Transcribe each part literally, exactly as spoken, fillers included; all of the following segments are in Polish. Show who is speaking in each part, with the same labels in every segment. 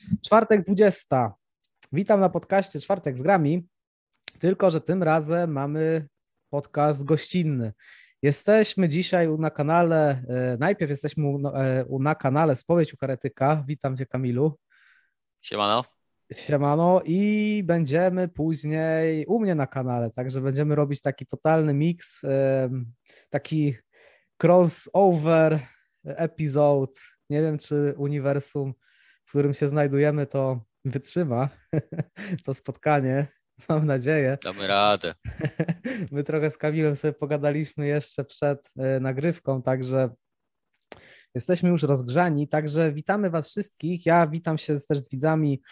Speaker 1: Czwartek dwudziesta. Witam na podcaście Czwartek z grami, tylko że tym razem mamy podcast gościnny. Jesteśmy dzisiaj na kanale, e, najpierw jesteśmy u, e, u, na kanale Spowiedź u Heretyka. Witam Cię, Kamilu.
Speaker 2: Siemano.
Speaker 1: Siemano, i będziemy później u mnie na kanale, także będziemy robić taki totalny miks, e, taki crossover epizod. Nie wiem, czy uniwersum, w którym się znajdujemy, to wytrzyma to spotkanie. Mam nadzieję.
Speaker 2: Damy radę.
Speaker 1: My trochę z Kamilem sobie pogadaliśmy jeszcze przed nagrywką, także jesteśmy już rozgrzani, także witamy Was wszystkich. Ja witam się też z widzami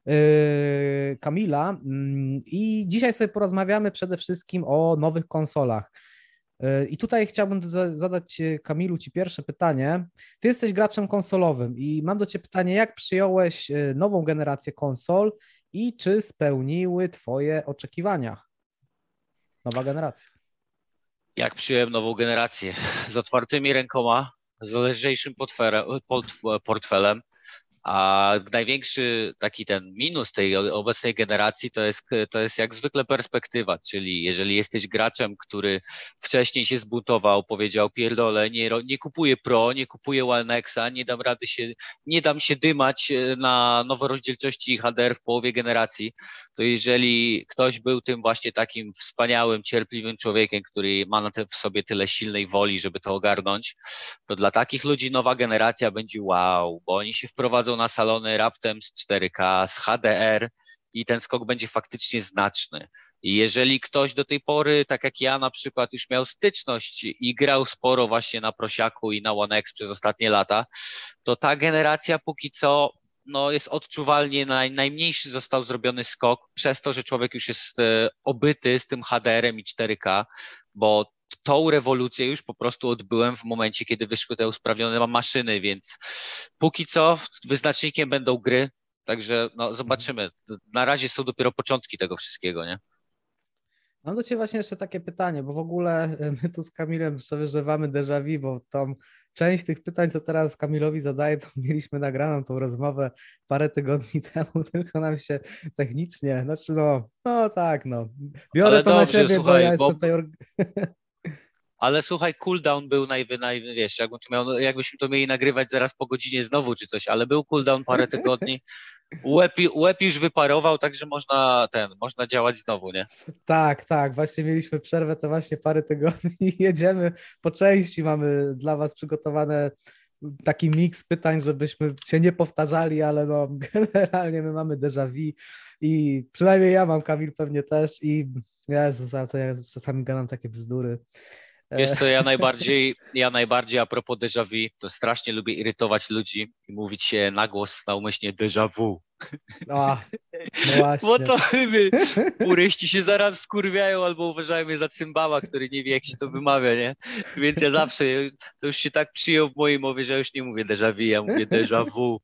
Speaker 1: Kamila i dzisiaj sobie porozmawiamy przede wszystkim o nowych konsolach. I tutaj chciałbym zadać Kamilu Ci pierwsze pytanie. Ty jesteś graczem konsolowym i mam do Ciebie pytanie, jak przyjąłeś nową generację konsol i czy spełniły Twoje oczekiwania? Nowa generacja.
Speaker 2: Jak przyjąłem nową generację? Z otwartymi rękoma, z lżejszym portfelem, a największy taki ten minus tej obecnej generacji to jest, to jest jak zwykle perspektywa, czyli jeżeli jesteś graczem, który wcześniej się zbutował, powiedział pierdolę, nie, nie kupuję Pro, nie kupuję One Xa, nie dam rady się, nie dam się dymać na nowe rozdzielczości H D R w połowie generacji, to jeżeli ktoś był tym właśnie takim wspaniałym, cierpliwym człowiekiem, który ma na te, w sobie tyle silnej woli, żeby to ogarnąć, to dla takich ludzi nowa generacja będzie wow, bo oni się wprowadzą na salony raptem z cztery K, z H D R i ten skok będzie faktycznie znaczny. I jeżeli ktoś do tej pory, tak jak ja na przykład, już miał styczność i grał sporo właśnie na Prosiaku i na One X przez ostatnie lata, to ta generacja póki co no, jest odczuwalnie, naj, najmniejszy został zrobiony skok przez to, że człowiek już jest e, obyty z tym H D R-em i cztery K, bo tą rewolucję już po prostu odbyłem w momencie, kiedy wyszły te usprawnione maszyny, więc póki co wyznacznikiem będą gry, także no zobaczymy. Na razie są dopiero początki tego wszystkiego, nie?
Speaker 1: Mam do Ciebie właśnie jeszcze takie pytanie, bo w ogóle my tu z Kamilem przeżywamy déjà vu, bo tą część tych pytań, co teraz Kamilowi zadaję, to mieliśmy nagraną tą rozmowę parę tygodni temu, tylko nam się technicznie, znaczy no, no tak, no. Biorę
Speaker 2: Ale
Speaker 1: to
Speaker 2: dobrze,
Speaker 1: na siebie,
Speaker 2: słuchaj,
Speaker 1: bo ja
Speaker 2: bo...
Speaker 1: jestem tutaj...
Speaker 2: Ale słuchaj, cooldown był naj, naj, wiesz, jakbym to miał, jakbyśmy to mieli nagrywać zaraz po godzinie znowu czy coś, ale był cooldown parę tygodni, łeb, łeb już wyparował, także można ten, można działać znowu, nie?
Speaker 1: Tak, tak, właśnie mieliśmy przerwę to właśnie parę tygodni i jedziemy po części, mamy dla Was przygotowane taki miks pytań, żebyśmy się nie powtarzali, ale no generalnie my mamy déjà vu i przynajmniej ja mam, Kamil pewnie też i Jezus, to ja czasami gadam takie bzdury.
Speaker 2: Wiesz co, ja najbardziej, ja najbardziej a propos déjà vu, to strasznie lubię irytować ludzi i mówić się na głos naumyślnie déjà vu.
Speaker 1: A, no właśnie.
Speaker 2: Bo to wy, puryści się zaraz wkurwiają albo uważają mnie za cymbała, który nie wie, jak się to wymawia, nie? Więc ja zawsze, to już się tak przyjął w mojej mowie, że ja już nie mówię déjà vu, ja mówię déjà vu.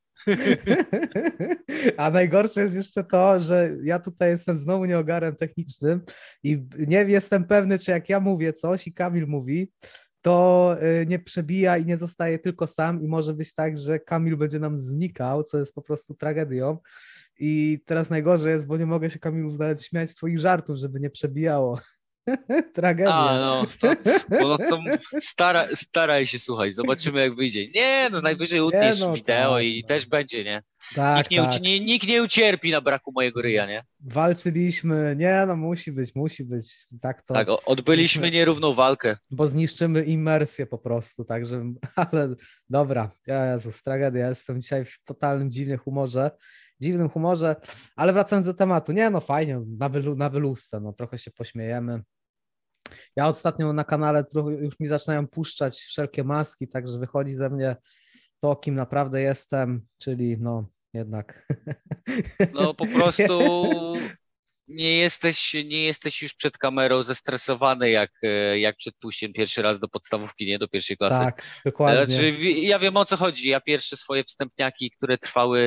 Speaker 1: A najgorsze jest jeszcze to, że ja tutaj jestem znowu nieogarem technicznym i nie jestem pewny, czy jak ja mówię coś i Kamil mówi, to nie przebija i nie zostaje tylko sam i może być tak, że Kamil będzie nam znikał, co jest po prostu tragedią. I teraz najgorzej jest, bo nie mogę się, Kamilu, nawet śmiać z twoich żartów, żeby nie przebijało. Tragedia.
Speaker 2: A, no, to, no to stara, staraj się, słuchaj, zobaczymy jak wyjdzie. Nie, no najwyżej utniesz
Speaker 1: no,
Speaker 2: wideo
Speaker 1: tak,
Speaker 2: i
Speaker 1: no.
Speaker 2: też będzie, nie?
Speaker 1: Tak,
Speaker 2: nikt, nie
Speaker 1: tak.
Speaker 2: nie, nikt nie ucierpi na braku mojego ryja, nie?
Speaker 1: Walczyliśmy, nie no, musi być, musi być. Tak, to,
Speaker 2: tak odbyliśmy nierówną walkę.
Speaker 1: Bo zniszczymy imersję po prostu, także, ale dobra, Jezus, tragedia, jestem dzisiaj w totalnym dziwnym humorze, dziwnym humorze, ale wracając do tematu, nie no fajnie, na, wylu, na wylusce, no trochę się pośmiejemy. Ja ostatnio na kanale już mi zaczynają puszczać wszelkie maski, także wychodzi ze mnie to, kim naprawdę jestem, czyli no jednak...
Speaker 2: No po prostu nie jesteś, nie jesteś już przed kamerą zestresowany jak, jak przed pójściem pierwszy raz do podstawówki, nie do pierwszej klasy.
Speaker 1: Tak, dokładnie.
Speaker 2: Znaczy, ja wiem, o co chodzi. Ja pierwsze swoje wstępniaki, które trwały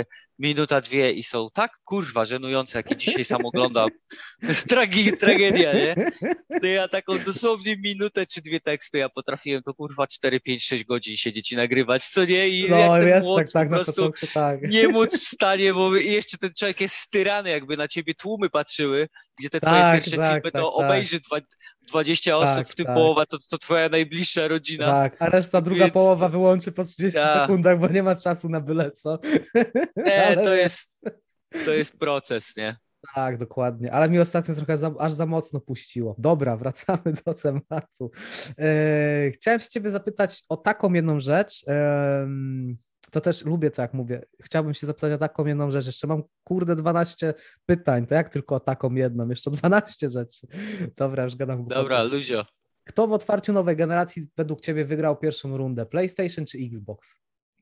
Speaker 2: minuta, dwie i są tak kurwa żenujące, jakie dzisiaj sam oglądam. To jest tragi, tragedia, nie? To ja taką dosłownie minutę czy dwie teksty, ja potrafiłem to kurwa cztery, pięć, sześć godzin siedzieć i nagrywać, co nie? I
Speaker 1: No
Speaker 2: jak ten
Speaker 1: jest
Speaker 2: młot
Speaker 1: tak, tak,
Speaker 2: po
Speaker 1: na
Speaker 2: prostu
Speaker 1: początku tak.
Speaker 2: nie móc wstanie, bo jeszcze ten człowiek jest styrany, jakby na ciebie tłumy patrzyły, gdzie te twoje
Speaker 1: Tak,
Speaker 2: pierwsze
Speaker 1: tak,
Speaker 2: filmy
Speaker 1: tak,
Speaker 2: to
Speaker 1: tak,
Speaker 2: obejrzy dwa, dwadzieścia osób,
Speaker 1: tak,
Speaker 2: w tym
Speaker 1: tak,
Speaker 2: połowa to, to twoja najbliższa rodzina,
Speaker 1: tak, a reszta druga
Speaker 2: więc
Speaker 1: połowa wyłączy po trzydziestu
Speaker 2: ja,
Speaker 1: sekundach, bo nie ma czasu na byle co.
Speaker 2: e,
Speaker 1: Ale
Speaker 2: to
Speaker 1: wiesz,
Speaker 2: jest, to jest proces, nie?
Speaker 1: tak, dokładnie, ale mi ostatnio trochę za, aż za mocno puściło. Dobra, wracamy do tematu. E, chciałem się ciebie zapytać o taką jedną rzecz, em, to też lubię to, jak mówię. Chciałbym się zapytać o taką jedną rzecz. Jeszcze mam, kurde, dwanaście pytań. To jak tylko o taką jedną? Jeszcze dwanaście rzeczy. Dobra, już gadam
Speaker 2: Dobra,
Speaker 1: głupoty.
Speaker 2: Luzio.
Speaker 1: Kto w otwarciu nowej generacji według ciebie wygrał pierwszą rundę? PlayStation czy Xbox?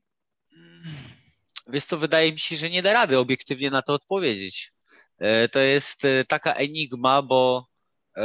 Speaker 2: Wiesz co, wydaje mi się, że nie da rady obiektywnie na to odpowiedzieć. E, To jest e, taka enigma, bo e,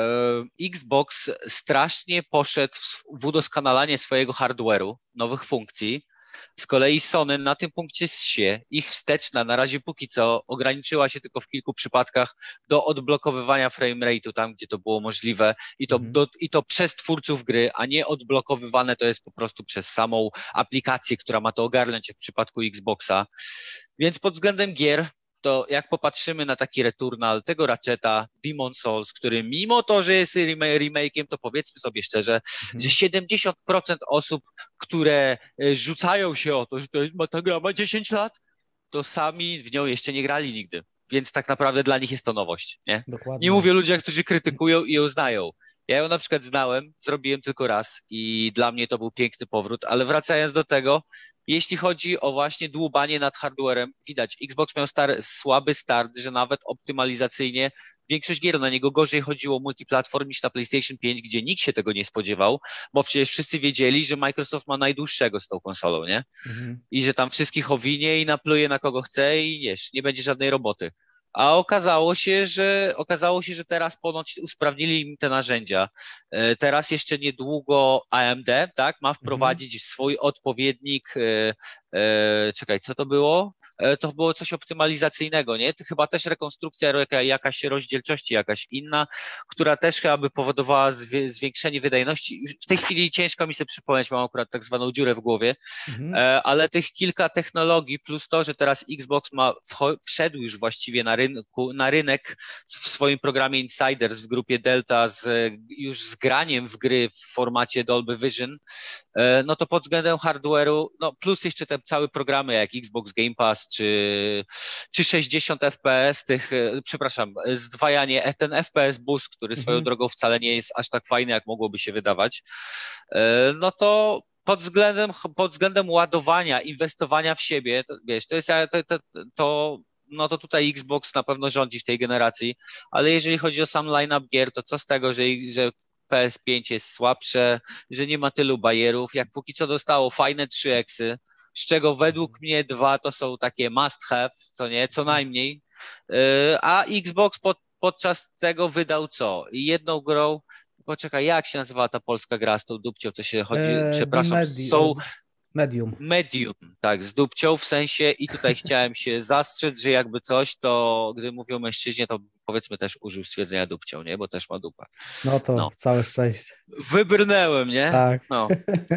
Speaker 2: Xbox strasznie poszedł w w udoskonalanie swojego hardware'u, nowych funkcji. Z kolei Sony na tym punkcie zsie. Ich wsteczna na razie póki co ograniczyła się tylko w kilku przypadkach do odblokowywania frame rate'u tam, gdzie to było możliwe i to,
Speaker 1: Mhm.
Speaker 2: do, i to przez twórców gry, a nie odblokowywane to jest po prostu przez samą aplikację, która ma to ogarnąć, jak w przypadku Xboxa. Więc pod względem gier, to jak popatrzymy na taki Returnal tego Ratcheta, Demon Souls, który mimo to, że jest rema- remake'iem, to powiedzmy sobie szczerze, że
Speaker 1: Mhm.
Speaker 2: siedemdziesiąt procent osób, które e, rzucają się o to, że to jest, ma ta gra ma dziesięć lat, to sami w nią jeszcze nie grali nigdy. Więc tak naprawdę dla nich jest to nowość, nie? Nie
Speaker 1: Dokładnie.
Speaker 2: mówię o ludziach, którzy krytykują i ją znają. Ja ją na przykład znałem, zrobiłem tylko raz i dla mnie to był piękny powrót, ale wracając do tego, jeśli chodzi o właśnie dłubanie nad hardwarem, widać, Xbox miał star- słaby start, że nawet optymalizacyjnie większość gier na niego gorzej chodziło multiplatform niż na PlayStation pięć, gdzie nikt się tego nie spodziewał, bo przecież wszyscy wiedzieli, że Microsoft ma najdłuższego z tą konsolą, nie?
Speaker 1: Mhm.
Speaker 2: I że tam wszystkich owinie i napluje na kogo chce i wiesz, nie będzie żadnej roboty. A okazało się, że okazało się, że teraz ponoć usprawnili im te narzędzia. E, Teraz jeszcze niedługo A M D, tak, ma
Speaker 1: Mhm.
Speaker 2: wprowadzić swój odpowiednik. E, e, czekaj, co to było? E, to było coś optymalizacyjnego, nie? To chyba też rekonstrukcja jaka- jakaś rozdzielczości, jakaś inna, która też chyba by powodowała zwie- zwiększenie wydajności. Już w tej chwili ciężko mi sobie przypomnieć, mam akurat tak zwaną dziurę w głowie,
Speaker 1: Mhm.
Speaker 2: E, ale tych kilka technologii, plus to, że teraz Xbox ma, wcho- wszedł już właściwie na, rynku, na rynek w swoim programie Insiders w grupie Delta z, już z graniem w gry w formacie Dolby Vision, e, no to pod względem hardware'u, no plus jeszcze te całe programy jak Xbox Game Pass czy, czy sześćdziesiąt F P S, tych, e, przepraszam, zdwajanie, e, ten F P S boost, który swoją
Speaker 1: Mhm.
Speaker 2: drogą wcale nie jest aż tak fajny, jak mogłoby się wydawać, e, no to pod względem, pod względem ładowania, inwestowania w siebie, to, wiesz, to jest to, to, to, no to tutaj Xbox na pewno rządzi w tej generacji, ale jeżeli chodzi o sam line-up gier, to co z tego, że, że P S pięć jest słabsze, że nie ma tylu bajerów, jak póki co dostało fajne trzy eksy, z czego według mnie dwa to są takie must have, co nie, co najmniej, yy, a Xbox pod, podczas tego wydał co? Jedną grą. Poczekaj, jak się nazywa ta polska gra z tą dupcią, co się chodzi?
Speaker 1: E, The
Speaker 2: Przepraszam,
Speaker 1: Medi- e,
Speaker 2: są
Speaker 1: Medium.
Speaker 2: medium, tak, z dupcią w sensie i tutaj chciałem się zastrzec, że jakby coś, to gdy mówią mężczyźnie, to powiedzmy też użył stwierdzenia dupcią, nie? Bo też ma dupę.
Speaker 1: No to
Speaker 2: No,
Speaker 1: całe szczęście.
Speaker 2: wybrnęłem, nie?
Speaker 1: Tak.
Speaker 2: No.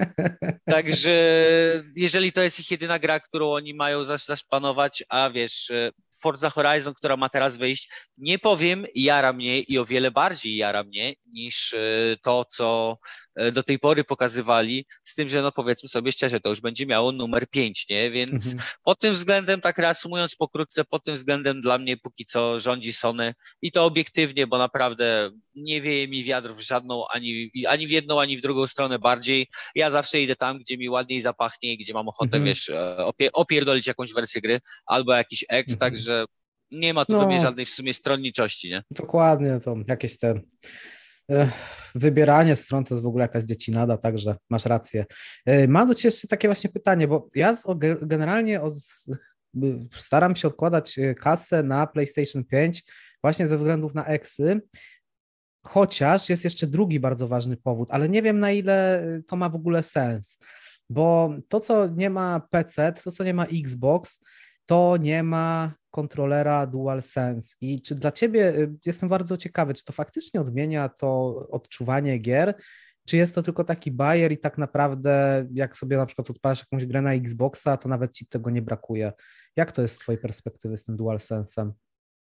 Speaker 2: Także jeżeli to jest ich jedyna gra, którą oni mają zaś zaszpanować, a wiesz, e, Forza Horizon, która ma teraz wyjść, nie powiem, jara mnie i o wiele bardziej jara mnie niż e, to, co e, do tej pory pokazywali, z tym, że no powiedzmy sobie szczerze, to już będzie miało numer pięć, nie? Więc
Speaker 1: Mhm.
Speaker 2: pod tym względem, tak reasumując pokrótce, pod tym względem dla mnie póki co rządzi Sony i to obiektywnie, bo naprawdę nie wieje mi wiatr w żadną, ani, ani w jedną, ani w drugą stronę bardziej. Ja zawsze idę tam, gdzie mi ładniej zapachnie i gdzie mam ochotę,
Speaker 1: Mhm.
Speaker 2: wiesz, e, opie opierdolić jakąś wersję gry albo jakiś ex,
Speaker 1: Mhm.
Speaker 2: także nie ma tu we mnie
Speaker 1: No,
Speaker 2: żadnej w sumie stronniczości, nie?
Speaker 1: dokładnie, to jakieś te e, wybieranie stron to jest w ogóle jakaś dziecinada, także masz rację. E, mam do Ciebie jeszcze takie właśnie pytanie, bo ja z, ge- generalnie od, staram się odkładać e, kasę na PlayStation pięć właśnie ze względów na eksy, chociaż jest jeszcze drugi bardzo ważny powód, ale nie wiem na ile to ma w ogóle sens, bo to, co nie ma P C, to, co nie ma Xbox, to nie ma kontrolera DualSense. I czy dla ciebie, y, jestem bardzo ciekawy, czy to faktycznie odmienia to odczuwanie gier, czy jest to tylko taki bajer i tak naprawdę jak sobie na przykład odpalasz jakąś grę na Xboxa, to nawet ci tego nie brakuje. Jak to jest z twojej perspektywy z tym DualSense'em?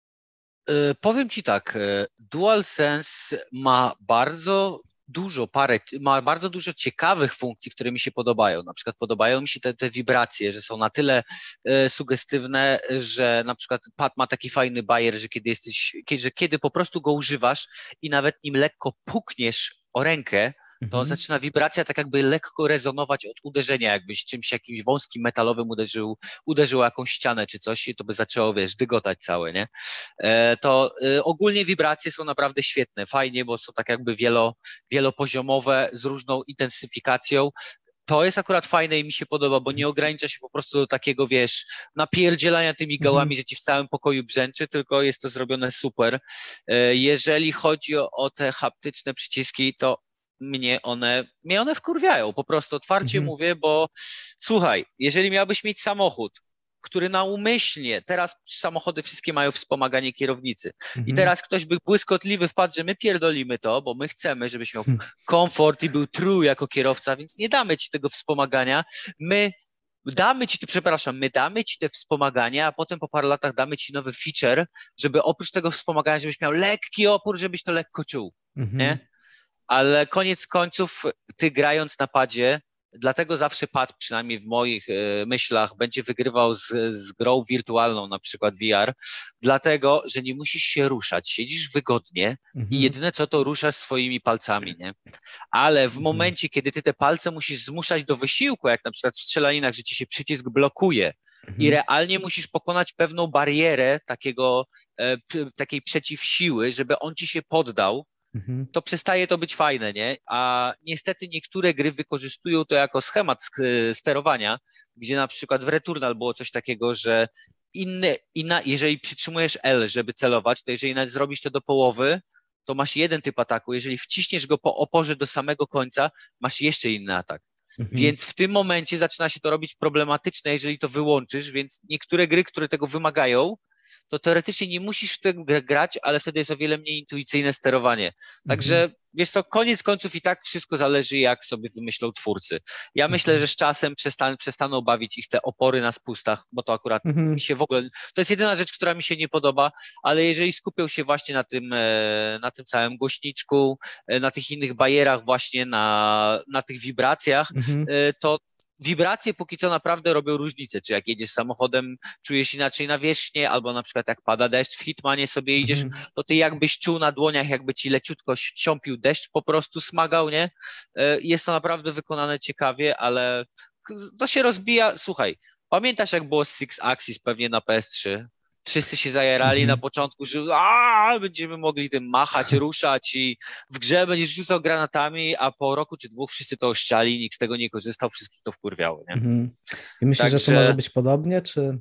Speaker 2: E, Powiem ci tak, e, DualSense ma bardzo dużo parę, ma bardzo dużo ciekawych funkcji, które mi się podobają. Na przykład podobają mi się te, te wibracje, że są na tyle e, sugestywne, że na przykład pad ma taki fajny bajer, że kiedy jesteś, kiedy, że kiedy po prostu go używasz i nawet nim lekko pukniesz o rękę, to
Speaker 1: Mhm.
Speaker 2: zaczyna wibracja tak jakby lekko rezonować od uderzenia, jakbyś czymś jakimś wąskim metalowym uderzył, uderzył o jakąś ścianę czy coś i to by zaczęło, wiesz, dygotać całe, nie? E, to y, ogólnie wibracje są naprawdę świetne, fajnie, bo są tak jakby wielo, wielopoziomowe z różną intensyfikacją. To jest akurat fajne i mi się podoba, bo nie ogranicza się po prostu do takiego, wiesz, napierdzielania tymi
Speaker 1: Mhm.
Speaker 2: gałami, że ci w całym pokoju brzęczy, tylko jest to zrobione super. E, Jeżeli chodzi o, o te haptyczne przyciski, to mnie one, mnie one wkurwiają, po prostu otwarcie
Speaker 1: Mhm.
Speaker 2: mówię, bo słuchaj, jeżeli miałbyś mieć samochód, który naumyślnie, teraz samochody wszystkie mają wspomaganie kierownicy i
Speaker 1: Mhm.
Speaker 2: teraz ktoś by błyskotliwy wpadł, że my pierdolimy to, bo my chcemy, żebyś miał komfort i był true jako kierowca, więc nie damy ci tego wspomagania. My damy ci, przepraszam, my damy ci te wspomagania, a potem po paru latach damy ci nowy feature, żeby oprócz tego wspomagania, żebyś miał lekki opór, żebyś to lekko czuł,
Speaker 1: Mhm.
Speaker 2: nie? Ale koniec końców, ty grając na padzie, dlatego zawsze pad, przynajmniej w moich e, myślach, będzie wygrywał z, z grą wirtualną, na przykład V R, dlatego, że nie musisz się ruszać, siedzisz wygodnie i
Speaker 1: Mhm.
Speaker 2: jedyne co to ruszasz swoimi palcami, nie? Ale w
Speaker 1: Mhm.
Speaker 2: momencie, kiedy ty te palce musisz zmuszać do wysiłku, jak na przykład w strzelaninach, że ci się przycisk blokuje i
Speaker 1: Mhm.
Speaker 2: realnie musisz pokonać pewną barierę takiego, e, p- takiej przeciwsiły, żeby on ci się poddał,
Speaker 1: Mhm.
Speaker 2: to przestaje to być fajne, nie? A niestety niektóre gry wykorzystują to jako schemat sk- sterowania, gdzie na przykład w Returnal było coś takiego, że inny, inna, jeżeli przytrzymujesz L, żeby celować, to jeżeli nawet zrobisz to do połowy, to masz jeden typ ataku. Jeżeli wciśniesz go po oporze do samego końca, masz jeszcze inny atak.
Speaker 1: Mhm.
Speaker 2: Więc w tym momencie zaczyna się to robić problematyczne, jeżeli to wyłączysz, więc niektóre gry, które tego wymagają, to teoretycznie nie musisz w tę grę grać, ale wtedy jest o wiele mniej intuicyjne sterowanie.
Speaker 1: Mhm.
Speaker 2: Także wiesz co, koniec końców i tak wszystko zależy, jak sobie wymyślą twórcy. Ja myślę,
Speaker 1: Mhm.
Speaker 2: że z czasem przestan przestaną bawić ich te opory na spustach, bo to akurat mi
Speaker 1: Mhm.
Speaker 2: się w ogóle, to jest jedyna rzecz, która mi się nie podoba, ale jeżeli skupią się właśnie na tym, e, na tym całym głośniczku, e, na tych innych bajerach, właśnie na, na tych wibracjach,
Speaker 1: Mhm.
Speaker 2: e, to wibracje póki co naprawdę robią różnicę, czy jak jedziesz samochodem, czujesz inaczej nawierzchnię, albo na przykład jak pada deszcz w Hitmanie sobie idziesz,
Speaker 1: Mhm.
Speaker 2: to ty jakbyś czuł na dłoniach, jakby ci leciutko siąpił deszcz, po prostu smagał, nie? E, Jest to naprawdę wykonane ciekawie, ale k- to się rozbija. Słuchaj, pamiętasz jak było z Six Axis pewnie na P S trzy? Wszyscy się zajarali na
Speaker 1: Mhm.
Speaker 2: początku, że a, będziemy mogli tym machać, ruszać i w grze będziesz rzucał granatami, a po roku czy dwóch wszyscy to ościali, nikt z tego nie korzystał, wszystkich to wkurwiało, nie?
Speaker 1: Mhm. I myślisz, że tu może
Speaker 2: Także
Speaker 1: być podobnie, czy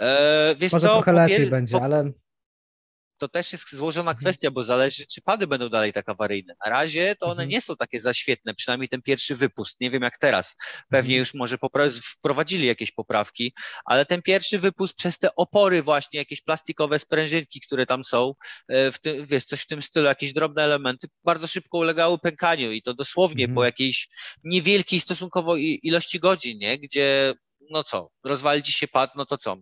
Speaker 2: e, wiesz
Speaker 1: może
Speaker 2: co,
Speaker 1: trochę
Speaker 2: po,
Speaker 1: lepiej
Speaker 2: pier-
Speaker 1: będzie,
Speaker 2: po,
Speaker 1: ale
Speaker 2: to też jest złożona
Speaker 1: mhm.
Speaker 2: kwestia, bo zależy, czy pady będą dalej tak awaryjne. Na razie to one
Speaker 1: Mhm.
Speaker 2: nie są takie za świetne, przynajmniej ten pierwszy wypust. Nie wiem jak teraz. Pewnie
Speaker 1: Mhm.
Speaker 2: już może popra- wprowadzili jakieś poprawki, ale ten pierwszy wypust przez te opory właśnie, jakieś plastikowe sprężynki, które tam są, e, w tym, wiesz, coś w tym stylu, jakieś drobne elementy, bardzo szybko ulegały pękaniu i to dosłownie po
Speaker 1: Mhm.
Speaker 2: jakiejś niewielkiej stosunkowo i- ilości godzin, nie? Gdzie no co, rozwali ci się pad, no to co?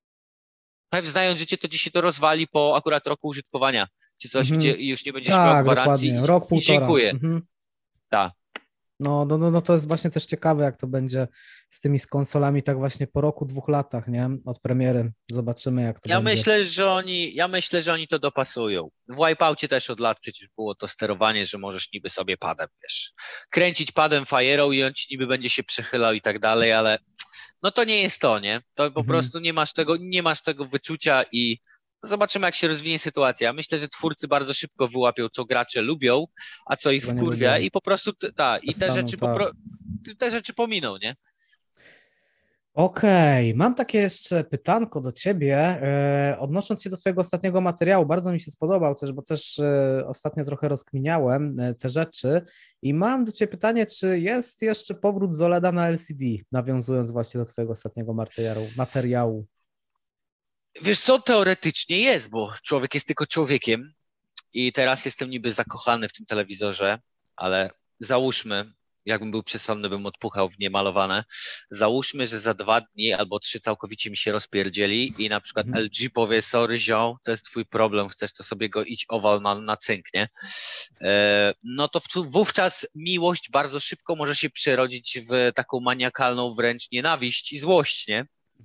Speaker 2: Pewnie znając życie, to ci się to rozwali po akurat roku użytkowania, czy coś, gdzie
Speaker 1: Mhm.
Speaker 2: już nie będziesz miał
Speaker 1: Tak,
Speaker 2: gwarancji
Speaker 1: dokładnie.
Speaker 2: i,
Speaker 1: Rok,
Speaker 2: i
Speaker 1: półtora.
Speaker 2: dziękuję.
Speaker 1: Mhm.
Speaker 2: Tak.
Speaker 1: No, no, no, no to jest właśnie też ciekawe, jak to będzie z tymi z konsolami tak właśnie po roku, dwóch latach, nie? Od premiery. Zobaczymy, jak to
Speaker 2: Ja
Speaker 1: będzie.
Speaker 2: myślę, że oni, ja myślę, że oni to dopasują. W Wipeoutie też od lat przecież było to sterowanie, że możesz niby sobie padem, wiesz, kręcić padem fajerą i on ci niby będzie się przechylał i tak dalej, ale no to nie jest to, nie? To po
Speaker 1: Mhm.
Speaker 2: prostu nie masz tego, nie masz tego wyczucia i zobaczymy, jak się rozwinie sytuacja. Myślę, że twórcy bardzo szybko wyłapią, co gracze lubią, a co ich
Speaker 1: Czego nie
Speaker 2: wkurwia
Speaker 1: lubią.
Speaker 2: i po prostu, t- ta, i te
Speaker 1: Przestaną,
Speaker 2: rzeczy po
Speaker 1: tak.
Speaker 2: pro, te rzeczy pominą, nie?
Speaker 1: Okej, mam takie jeszcze pytanko do ciebie, e, odnosząc się do twojego ostatniego materiału, bardzo mi się spodobał też, bo też e, ostatnio trochę rozkminiałem e, te rzeczy i mam do ciebie pytanie, czy jest jeszcze powrót z OLEDa na L C D, nawiązując właśnie do twojego ostatniego materiału, materiału.
Speaker 2: Wiesz co, teoretycznie jest, bo człowiek jest tylko człowiekiem i teraz jestem niby zakochany w tym telewizorze, ale załóżmy, jakbym był przesądny, bym odpuchał w niemalowane. Załóżmy, że za dwa dni albo trzy całkowicie mi się rozpierdzieli i na przykład
Speaker 1: Mhm.
Speaker 2: L G powie, sorry ziom, to jest twój problem, chcesz to sobie go idź owal na, na cynk, nie? E, no to w, wówczas miłość bardzo szybko może się przerodzić w taką maniakalną wręcz nienawiść i złość, nie?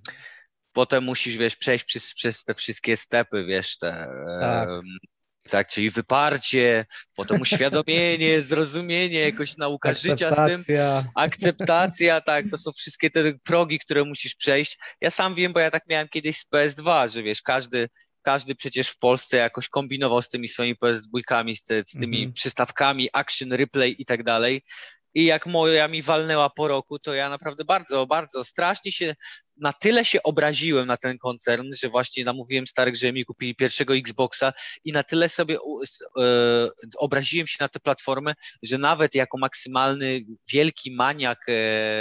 Speaker 2: Potem musisz, wiesz, przejść przez, przez te wszystkie stepy, wiesz, te,
Speaker 1: Tak,
Speaker 2: em, tak, czyli wyparcie, potem uświadomienie, zrozumienie, jakoś nauka życia z tym,
Speaker 1: akceptacja.
Speaker 2: akceptacja, tak, to są wszystkie te progi, które musisz przejść. Ja sam wiem, bo ja tak miałem kiedyś z P S dwa, że wiesz, każdy, każdy przecież w Polsce jakoś kombinował z tymi swoimi P S dwa, z, te, z tymi
Speaker 1: Mhm.
Speaker 2: przystawkami, action, replay i tak dalej. I jak moja mi walnęła po roku, to ja naprawdę bardzo, bardzo strasznie się, na tyle się obraziłem na ten koncern, że właśnie namówiłem starych, że mi kupili pierwszego Xboxa i na tyle sobie e, obraziłem się na tę platformę, że nawet jako maksymalny wielki maniak e,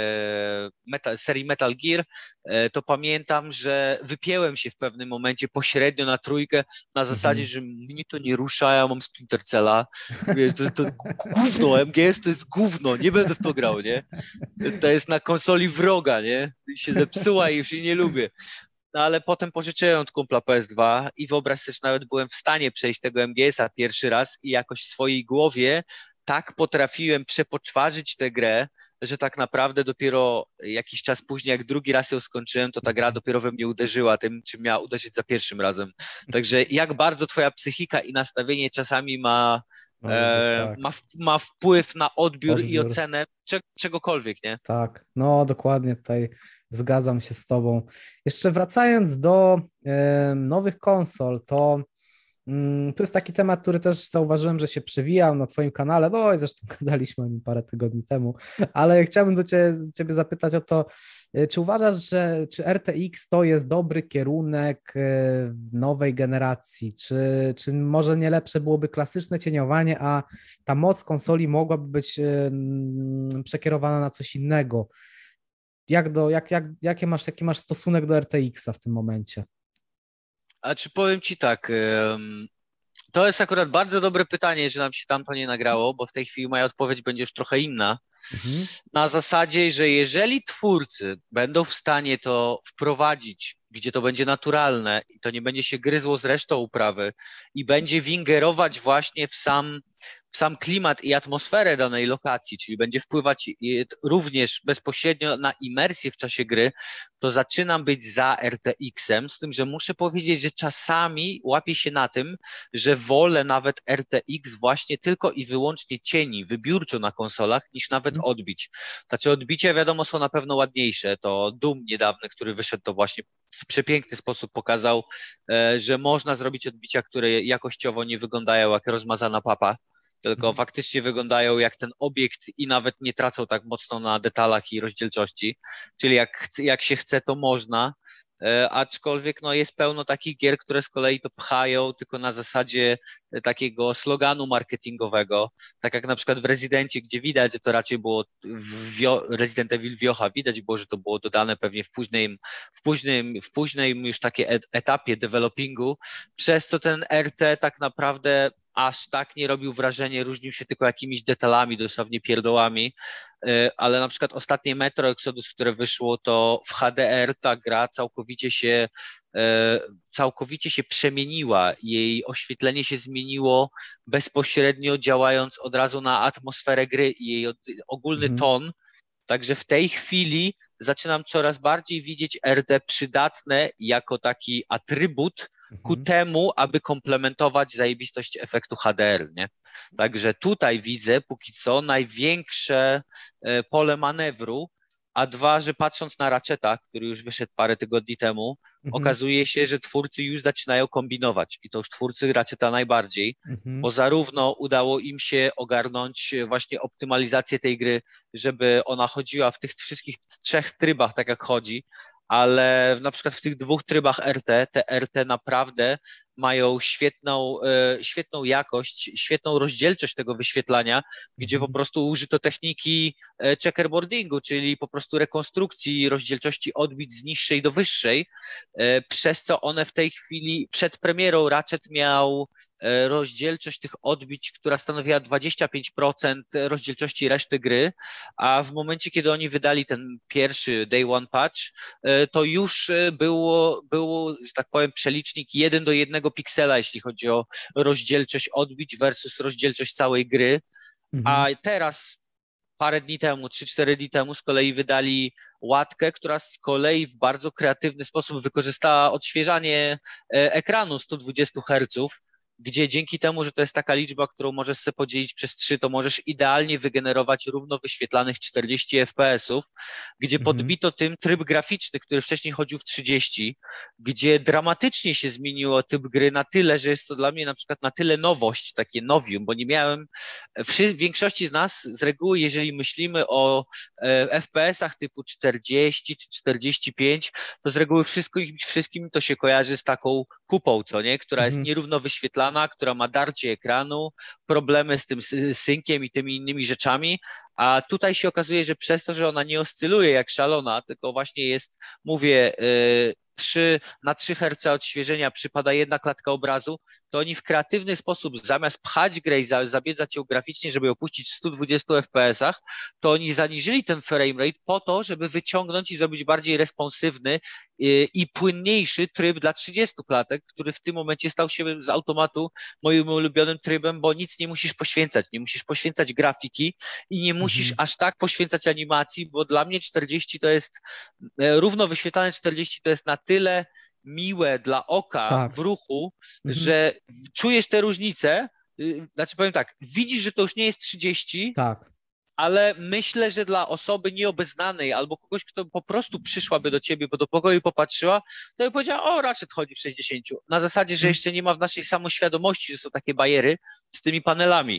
Speaker 2: metal, serii Metal Gear, e, to pamiętam, że wypięłem się w pewnym momencie pośrednio na trójkę na zasadzie,
Speaker 1: Mhm.
Speaker 2: że mnie to nie rusza, ja mam Splinter Cella, wiesz, to, to gówno, M G S to jest gówno, nie będę w to grał, nie? To jest na konsoli wroga, nie? I się zepsuła i już jej nie lubię. No ale potem pożyczyłem od kumpla P S dwa i wyobraź sobie, że nawet byłem w stanie przejść tego M G S-a pierwszy raz i jakoś w swojej głowie tak potrafiłem przepoczwarzyć tę grę, że tak naprawdę dopiero jakiś czas później, jak drugi raz ją skończyłem, to ta gra dopiero we mnie uderzyła tym, czym miała uderzyć za pierwszym razem. Także jak bardzo twoja psychika i nastawienie czasami ma,
Speaker 1: Może być
Speaker 2: e, ma,
Speaker 1: tak.
Speaker 2: ma wpływ na odbiór i
Speaker 1: Odbiór.
Speaker 2: ocenę cze, czegokolwiek, nie?
Speaker 1: Tak, no dokładnie tutaj zgadzam się z Tobą. Jeszcze wracając do e, nowych konsol, to mm, to jest taki temat, który też zauważyłem, że się przewijał na Twoim kanale, no i zresztą gadaliśmy o nim parę tygodni temu, ale chciałbym do Ciebie, Ciebie zapytać o to, e, czy uważasz, że czy R T X to jest dobry kierunek e, w nowej generacji, czy, czy może nie lepsze byłoby klasyczne cieniowanie, a ta moc konsoli mogłaby być e, mm, przekierowana na coś innego? Jak do, jak, jak, jakie masz, jaki masz stosunek do R T X-a w tym momencie?
Speaker 2: A czy powiem ci tak, em, to jest akurat bardzo dobre pytanie, że nam się tam to nie nagrało, bo w tej chwili moja odpowiedź będzie już trochę inna.
Speaker 1: Mhm,
Speaker 2: Na zasadzie, że jeżeli twórcy będą w stanie to wprowadzić, gdzie to będzie naturalne i to nie będzie się gryzło z resztą uprawy i będzie wingerować właśnie w sam, w sam klimat i atmosferę danej lokacji, czyli będzie wpływać i- również bezpośrednio na imersję w czasie gry, to zaczynam być za R T X-em, z tym, że muszę powiedzieć, że czasami łapię się na tym, że wolę nawet R T X właśnie tylko i wyłącznie cieni, wybiórczo na konsolach, niż nawet
Speaker 1: mhm,
Speaker 2: odbić. Znaczy odbicia wiadomo są na pewno ładniejsze. To Doom niedawny, który wyszedł, to właśnie w przepiękny sposób pokazał, e, że można zrobić odbicia, które jakościowo nie wyglądają jak rozmazana papa, tylko
Speaker 1: mhm,
Speaker 2: faktycznie wyglądają jak ten obiekt i nawet nie tracą tak mocno na detalach i rozdzielczości. Czyli jak, chce- jak się chce, to można. E, Aczkolwiek no, jest pełno takich gier, które z kolei to pchają tylko na zasadzie e, takiego sloganu marketingowego, tak jak na przykład w Rezydencie, gdzie widać, że to raczej było w Wio Resident Evil Wiocha, widać było, że to było dodane pewnie w późnym, w późnym, w późnym już takie et etapie developingu, przez co ten R T tak naprawdę aż tak nie robił wrażenia, różnił się tylko jakimiś detalami, dosłownie pierdołami, e, ale na przykład ostatnie Metro Exodus, które wyszło, to w H D R ta gra całkowicie się e, całkowicie się przemieniła. Jej oświetlenie się zmieniło bezpośrednio działając od razu na atmosferę gry i jej od, ogólny
Speaker 1: mhm,
Speaker 2: ton. Także w tej chwili zaczynam coraz bardziej widzieć R D przydatne jako taki atrybut ku
Speaker 1: mhm.
Speaker 2: temu, aby komplementować zajebistość efektu H D R, nie? Także tutaj widzę póki co największe e, pole manewru, a dwa, że patrząc na Ratcheta, który już wyszedł parę tygodni temu,
Speaker 1: Mhm,
Speaker 2: okazuje się, że twórcy już zaczynają kombinować i to już twórcy Ratcheta najbardziej,
Speaker 1: mhm,
Speaker 2: bo zarówno udało im się ogarnąć właśnie optymalizację tej gry, żeby ona chodziła w tych wszystkich trzech trybach, tak jak chodzi, ale na przykład w tych dwóch trybach R T, te R T naprawdę mają świetną, e, świetną jakość, świetną rozdzielczość tego wyświetlania, gdzie po prostu użyto techniki e, checkerboardingu, czyli po prostu rekonstrukcji rozdzielczości odbić z niższej do wyższej, e, przez co one w tej chwili przed premierą Ratchet miał e, rozdzielczość tych odbić, która stanowiła dwadzieścia pięć procent rozdzielczości reszty gry, a w momencie, kiedy oni wydali ten pierwszy Day One Patch, e, to już e, było, było, że tak powiem, przelicznik jeden do jednego piksela, jeśli chodzi o rozdzielczość odbić versus rozdzielczość całej gry,
Speaker 1: Mhm.
Speaker 2: a teraz parę dni temu, trzy cztery dni temu z kolei wydali łatkę, która z kolei w bardzo kreatywny sposób wykorzystała odświeżanie e, ekranu sto dwadzieścia herców, gdzie dzięki temu, że to jest taka liczba, którą możesz sobie podzielić przez trzy, to możesz idealnie wygenerować równo wyświetlanych czterdzieści F P S-ów, gdzie
Speaker 1: Mhm.
Speaker 2: podbito tym tryb graficzny, który wcześniej chodził w trzydzieści, gdzie dramatycznie się zmieniło typ gry na tyle, że jest to dla mnie na przykład na tyle nowość, takie nowium, bo nie miałem, w większości z nas z reguły, jeżeli myślimy o e, F P S-ach typu czterdzieści czy czterdzieści pięć, to z reguły wszystko, wszystkim to się kojarzy z taką kupą, co nie, która jest
Speaker 1: Mhm.
Speaker 2: nierówno wyświetlana, która ma darcie ekranu, problemy z tym synkiem i tymi innymi rzeczami, a tutaj się okazuje, że przez to, że ona nie oscyluje jak szalona, tylko właśnie jest, mówię, yy, trzy na trzy herce odświeżenia przypada jedna klatka obrazu, to oni w kreatywny sposób, zamiast pchać grę i zabiedzać ją graficznie, żeby ją puścić w stu dwudziestu F P S-ach, to oni zaniżyli ten frame rate po to, żeby wyciągnąć i zrobić bardziej responsywny i, i płynniejszy tryb dla trzydziestu klatek, który w tym momencie stał się z automatu moim ulubionym trybem, bo nic nie musisz poświęcać, nie musisz poświęcać grafiki i nie musisz
Speaker 1: Mhm.
Speaker 2: aż tak poświęcać animacji, bo dla mnie czterdzieści to jest, e, równo wyświetlane czterdzieści to jest na tyle miłe dla oka w
Speaker 1: Tak.
Speaker 2: ruchu,
Speaker 1: Mhm.
Speaker 2: że czujesz te różnice, y, znaczy powiem tak, widzisz, że to już nie jest trzydzieści,
Speaker 1: Tak.
Speaker 2: ale myślę, że dla osoby nieobeznanej albo kogoś, kto po prostu przyszłaby do ciebie, bo do pokoju popatrzyła, to by powiedziała, o, Ratchet chodzi w sześćdziesięciu. Na zasadzie, że
Speaker 1: Mhm.
Speaker 2: jeszcze nie ma w naszej samoświadomości, że są takie bariery z tymi panelami.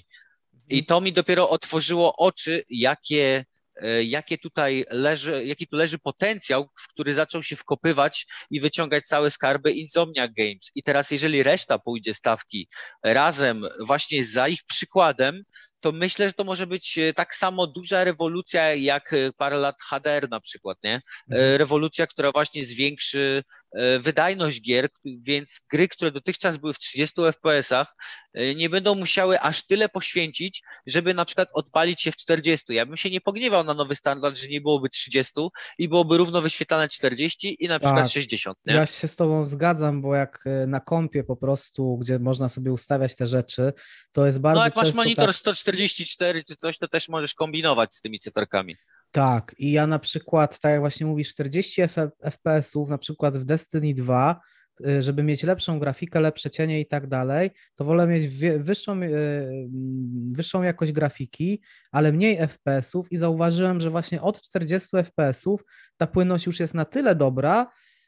Speaker 2: I
Speaker 1: Mhm.
Speaker 2: to mi dopiero otworzyło oczy, jakie, e, jakie tutaj leży, jaki tu leży potencjał, w który zaczął się wkopywać i wyciągać całe skarby Insomniac Games. I teraz, jeżeli reszta pójdzie stawki razem właśnie za ich przykładem, to myślę, że to może być e, tak samo duża rewolucja jak e, parę lat H D R na przykład, nie?
Speaker 1: Mhm.
Speaker 2: E, Rewolucja, która właśnie zwiększy e, wydajność gier, więc gry, które dotychczas były w trzydziestu F P S-ach, e, nie będą musiały aż tyle poświęcić, żeby na przykład odpalić się w czterdziestu. Ja bym się nie pogniewał na nowy standard, że nie byłoby trzydziestu i byłoby równo wyświetlane czterdzieści i na przykład
Speaker 1: Tak.
Speaker 2: sześćdziesiąt, nie?
Speaker 1: Ja się z tobą zgadzam, bo jak e, na kompie po prostu, gdzie można sobie ustawiać te rzeczy, to jest
Speaker 2: No
Speaker 1: bardzo
Speaker 2: jak masz
Speaker 1: często tak.
Speaker 2: monitor sto czterdzieści cztery czy coś, to też możesz kombinować z tymi cyferkami.
Speaker 1: Tak, i ja na przykład, tak jak właśnie mówisz, czterdzieści F P S-ów, na przykład w Destiny dwa, y, żeby mieć lepszą grafikę, lepsze cienie i tak dalej, to wolę mieć wie- wyższą, y, mm, wyższą jakość grafiki, ale mniej F P S-ów i zauważyłem, że właśnie od czterdziestu F P S-ów ta płynność już jest na tyle dobra,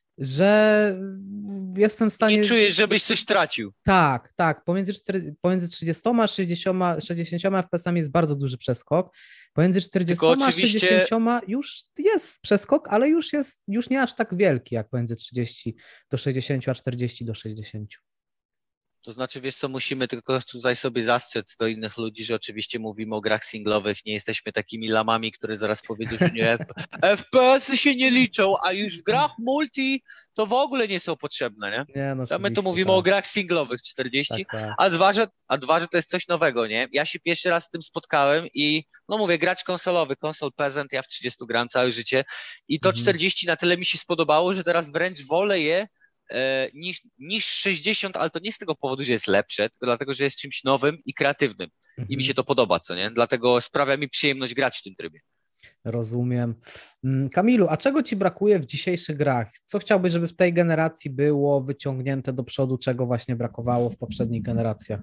Speaker 1: że jestem w
Speaker 2: I nie
Speaker 1: stanie.
Speaker 2: czujesz, żebyś coś tracił.
Speaker 1: Tak, tak. Pomiędzy, cztery, pomiędzy trzydziestoma a sześćdziesięcioma, sześćdziesięcioma F P S-ami jest bardzo duży przeskok. Pomiędzy
Speaker 2: Tylko
Speaker 1: czterdziestoma a
Speaker 2: oczywiście
Speaker 1: sześćdziesięcioma już jest przeskok, ale już jest już nie aż tak wielki jak pomiędzy trzydziestu do sześćdziesięciu a czterdziestu do sześćdziesięciu.
Speaker 2: To znaczy, wiesz co, musimy tylko tutaj sobie zastrzec do innych ludzi, że oczywiście mówimy o grach singlowych, nie jesteśmy takimi lamami, które zaraz powiedzą, że nie, F P S-y się nie liczą, a już w grach multi to w ogóle nie są potrzebne, nie?
Speaker 1: Nie, no
Speaker 2: A my tu
Speaker 1: oczywiście,
Speaker 2: mówimy o
Speaker 1: tak,
Speaker 2: grach singlowych czterdzieści,
Speaker 1: tak, tak.
Speaker 2: a dwa, że, a dwa, że to jest coś nowego, nie? Ja się pierwszy raz z tym spotkałem i, no mówię, gracz konsolowy, konsol peasant, ja w trzydziestu gram całe życie i to
Speaker 1: Mhm.
Speaker 2: czterdzieści na tyle mi się spodobało, że teraz wręcz wolę je e, niż, niż sześćdziesiąt, ale to nie z tego powodu, że jest lepsze, tylko dlatego, że jest czymś nowym i kreatywnym. I mi
Speaker 1: Mhm.
Speaker 2: się to podoba, co nie? Dlatego sprawia mi przyjemność grać w tym trybie.
Speaker 1: Rozumiem. Mm, Kamilu, a czego ci brakuje w dzisiejszych grach? Co chciałbyś, żeby w tej generacji było wyciągnięte do przodu, czego właśnie brakowało w poprzednich generacjach?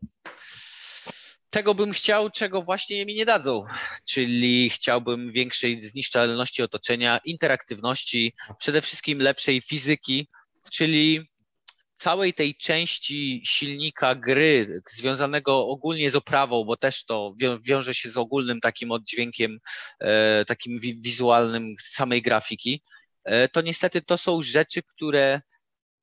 Speaker 2: Tego bym chciał, czego właśnie mi nie dadzą, czyli chciałbym większej zniszczalności otoczenia, interaktywności, przede wszystkim lepszej fizyki, czyli całej tej części silnika gry związanego ogólnie z oprawą, bo też to wią wiąże się z ogólnym takim oddźwiękiem, e, takim wi wizualnym samej grafiki, e, to niestety to są rzeczy, które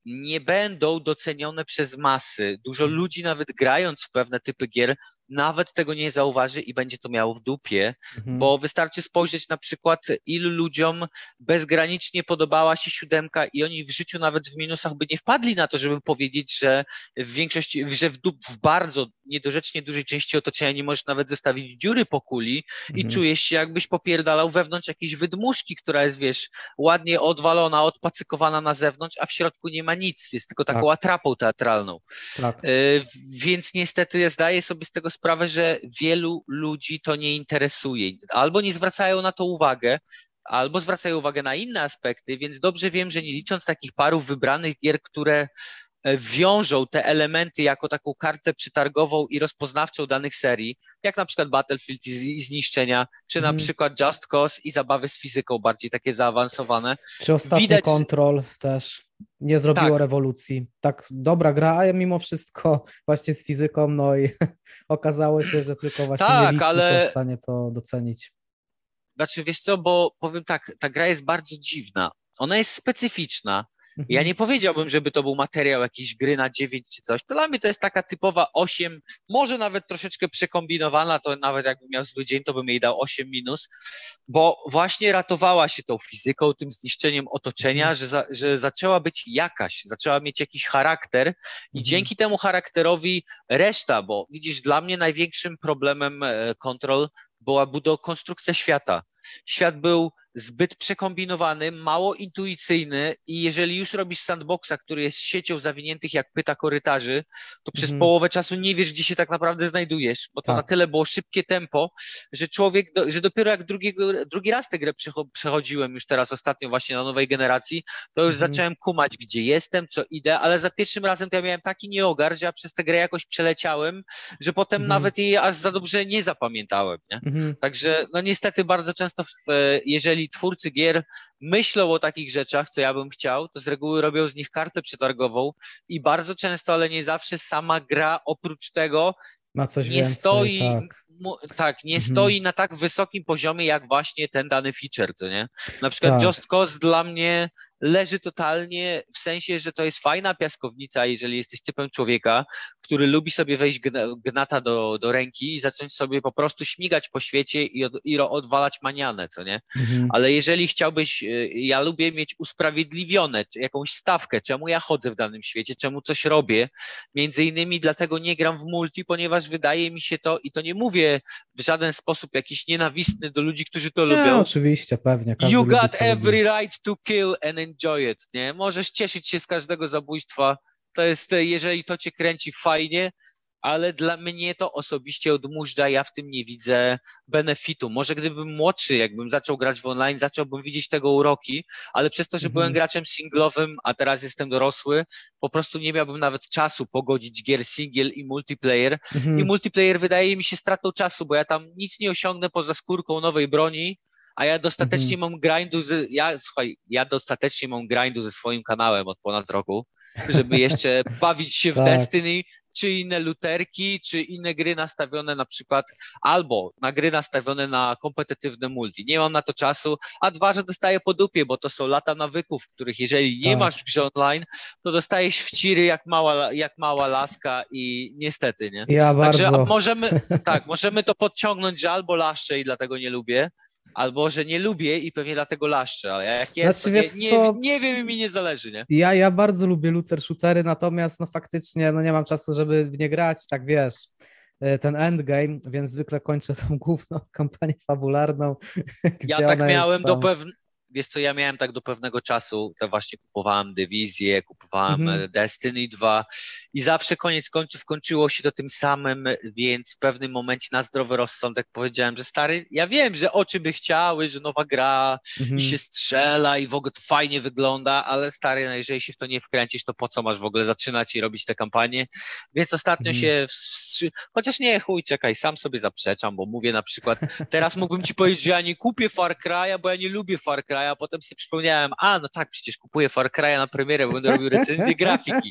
Speaker 2: nie będą docenione przez masy. Dużo ludzi nawet grając w pewne typy gier nawet tego nie zauważy i będzie to miało w dupie,
Speaker 1: Mhm.
Speaker 2: bo wystarczy spojrzeć na przykład, ilu ludziom bezgranicznie podobała się siódemka i oni w życiu nawet w minusach by nie wpadli na to, żeby powiedzieć, że w większości, że w, du- w bardzo niedorzecznie dużej części otoczenia nie możesz nawet zostawić dziury po kuli i
Speaker 1: Mhm.
Speaker 2: czujesz się, jakbyś popierdalał wewnątrz jakiejś wydmuszki, która jest, wiesz, ładnie odwalona, odpacykowana na zewnątrz, a w środku nie ma nic, jest tylko taką
Speaker 1: Tak,
Speaker 2: atrapą teatralną.
Speaker 1: tak.
Speaker 2: Y, Więc niestety zdaję sobie z tego sprawę, że wielu ludzi to nie interesuje. Albo nie zwracają na to uwagę, albo zwracają uwagę na inne aspekty, więc dobrze wiem, że nie licząc takich paru wybranych gier, które e, wiążą te elementy jako taką kartę przetargową i rozpoznawczą danych serii, jak na przykład Battlefield i, z- i zniszczenia, czy na
Speaker 1: Mhm.
Speaker 2: przykład Just Cause i zabawy z fizyką bardziej takie zaawansowane.
Speaker 1: Czy ostatnie
Speaker 2: Widać,
Speaker 1: Control też nie zrobiło
Speaker 2: tak,
Speaker 1: rewolucji. Tak dobra gra, a mimo wszystko właśnie z fizyką, no i okazało się, że tylko właśnie
Speaker 2: tak,
Speaker 1: nieliczni są w
Speaker 2: ale
Speaker 1: stanie to docenić.
Speaker 2: znaczy, wiesz co, bo powiem tak, ta gra jest bardzo dziwna. Ona jest specyficzna. Ja
Speaker 1: Mhm.
Speaker 2: nie powiedziałbym, żeby to był materiał jakiejś gry na dziewięć czy coś. To dla mnie to jest taka typowa osiem, może nawet troszeczkę przekombinowana, to nawet jakbym miał zły dzień, to bym jej dał osiem minus, bo właśnie ratowała się tą fizyką, tym zniszczeniem
Speaker 1: Mhm.
Speaker 2: otoczenia, że, za, że zaczęła być jakaś, zaczęła mieć jakiś charakter i
Speaker 1: Mhm.
Speaker 2: dzięki temu charakterowi reszta, bo widzisz, dla mnie największym problemem e, Control była budowa, konstrukcja świata. Świat był zbyt przekombinowany, mało intuicyjny i jeżeli już robisz sandboxa, który jest siecią zawiniętych jak pyta korytarzy, to przez
Speaker 1: Mhm.
Speaker 2: połowę czasu nie wiesz, gdzie się tak naprawdę znajdujesz, bo to na
Speaker 1: Tak.
Speaker 2: tyle było szybkie tempo, że człowiek, do, że dopiero jak drugiego, drugi raz tę grę przecho- przechodziłem już teraz ostatnio właśnie na nowej generacji, to już
Speaker 1: Mhm.
Speaker 2: zacząłem kumać, gdzie jestem, co idę, ale za pierwszym razem to ja miałem taki nieogar, że ja przez tę grę jakoś przeleciałem, że potem
Speaker 1: Mhm.
Speaker 2: nawet jej aż za dobrze nie zapamiętałem, nie?
Speaker 1: Mhm.
Speaker 2: Także no niestety bardzo często, w, e, jeżeli twórcy gier myślą o takich rzeczach, co ja bym chciał, to z reguły robią z nich kartę przetargową i bardzo często, ale nie zawsze sama gra oprócz tego
Speaker 1: Ma coś
Speaker 2: nie
Speaker 1: więcej,
Speaker 2: stoi,
Speaker 1: tak.
Speaker 2: mu- tak, nie
Speaker 1: Mhm.
Speaker 2: stoi na tak wysokim poziomie, jak właśnie ten dany feature, co nie? Na przykład
Speaker 1: Tak.
Speaker 2: Just Cause dla mnie leży totalnie w sensie, że to jest fajna piaskownica, jeżeli jesteś typem człowieka, który lubi sobie wejść gna- gnata do, do ręki i zacząć sobie po prostu śmigać po świecie i, od, i ro- odwalać manianę, co nie?
Speaker 1: Mhm.
Speaker 2: Ale jeżeli chciałbyś, y, ja lubię mieć usprawiedliwione jakąś stawkę, czemu ja chodzę w danym świecie, czemu coś robię. Między innymi dlatego nie gram w multi, ponieważ wydaje mi się to, i to nie mówię w żaden sposób jakiś nienawistny do ludzi, którzy to
Speaker 1: Nie,
Speaker 2: lubią.
Speaker 1: oczywiście, pewnie,
Speaker 2: You
Speaker 1: każdy lubi,
Speaker 2: got
Speaker 1: co lubi.
Speaker 2: every right to kill and enjoy it, nie? Możesz cieszyć się z każdego zabójstwa. To jest, e, jeżeli to cię kręci, fajnie, ale dla mnie to osobiście odmóżdża, ja w tym nie widzę benefitu. Może gdybym młodszy, jakbym zaczął grać w online, zacząłbym widzieć tego uroki, ale przez to, że byłem
Speaker 1: Mhm.
Speaker 2: graczem singlowym, a teraz jestem dorosły, po prostu nie miałbym nawet czasu pogodzić gier single i multiplayer. I
Speaker 1: Mhm.
Speaker 2: multiplayer wydaje mi się stratą czasu, bo ja tam nic nie osiągnę poza skórką nowej broni, a ja dostatecznie
Speaker 1: Mhm.
Speaker 2: mam grindu, z, ja, słuchaj, ja dostatecznie mam grindu ze swoim kanałem od ponad roku, żeby jeszcze bawić się w
Speaker 1: Tak.
Speaker 2: Destiny, czy inne luterki, czy inne gry nastawione na przykład, albo na gry nastawione na kompetytywne multi. Nie mam na to czasu, a dwa, że dostaję po dupie, bo to są lata nawyków, w których jeżeli nie
Speaker 1: Tak.
Speaker 2: masz w grze online, to dostajesz wciry jak mała, jak mała laska i niestety, nie?
Speaker 1: Ja
Speaker 2: Także a
Speaker 1: bardzo.
Speaker 2: możemy, tak, możemy to podciągnąć, że albo laszczę i dlatego nie lubię, albo że nie lubię i pewnie dlatego laszczę, ale jak jest, to
Speaker 1: Znaczy,
Speaker 2: nie,
Speaker 1: wiesz
Speaker 2: nie,
Speaker 1: co,
Speaker 2: nie wiem i mi nie zależy, nie?
Speaker 1: ja, ja bardzo lubię looter shootery, natomiast no faktycznie no nie mam czasu, żeby w nie grać, tak wiesz, y, ten endgame, więc zwykle kończę tą główną kampanię fabularną,
Speaker 2: Ja
Speaker 1: gdzie
Speaker 2: tak
Speaker 1: ona jest
Speaker 2: miałem do
Speaker 1: tam.
Speaker 2: pewnego, wiesz co, ja miałem tak do pewnego czasu, to właśnie kupowałem Dywizję, kupowałem
Speaker 1: Mhm.
Speaker 2: e, Destiny dwa i zawsze koniec końców kończyło się to tym samym, więc w pewnym momencie na zdrowy rozsądek powiedziałem, że stary, ja wiem, że oczy by chciały, że nowa gra i się
Speaker 1: Mhm.
Speaker 2: strzela i w ogóle to fajnie wygląda, ale stary, no jeżeli się w to nie wkręcisz, to po co masz w ogóle zaczynać i robić te kampanie? Więc ostatnio
Speaker 1: Mhm.
Speaker 2: się wstrzy... Chociaż nie, chuj, czekaj, sam sobie zaprzeczam, bo mówię na przykład, teraz mógłbym ci powiedzieć, że ja nie kupię Far Cry'a, bo ja nie lubię Far Cry'a, a potem sobie przypomniałem, a no tak, przecież kupuję Far Cry'a na premierę, bo będę robił recenzję grafiki.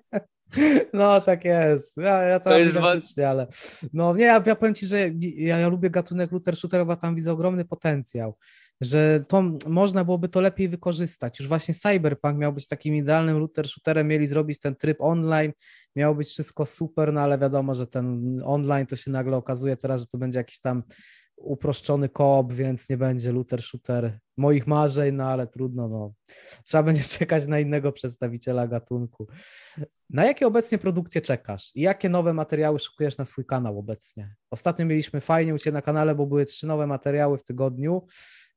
Speaker 1: No, tak jest. Ja, ja to
Speaker 2: To
Speaker 1: mam
Speaker 2: jest... wa-
Speaker 1: identycznie, ale no nie, ja, ja powiem ci, że ja, ja lubię gatunek looter shooter, bo tam widzę ogromny potencjał. że to można byłoby to lepiej wykorzystać. Już właśnie Cyberpunk miał być takim idealnym looter shooterem, mieli zrobić ten tryb online, miało być wszystko super, no ale wiadomo, że ten online to się nagle okazuje teraz, że to będzie jakiś tam uproszczony koop, więc nie będzie looter shooter moich marzeń, no ale trudno, no. Trzeba będzie czekać na innego przedstawiciela gatunku. Na jakie obecnie produkcje czekasz i jakie nowe materiały szykujesz na swój kanał obecnie? Ostatnio mieliśmy fajnie u Ciebie na kanale, bo były trzy nowe materiały w tygodniu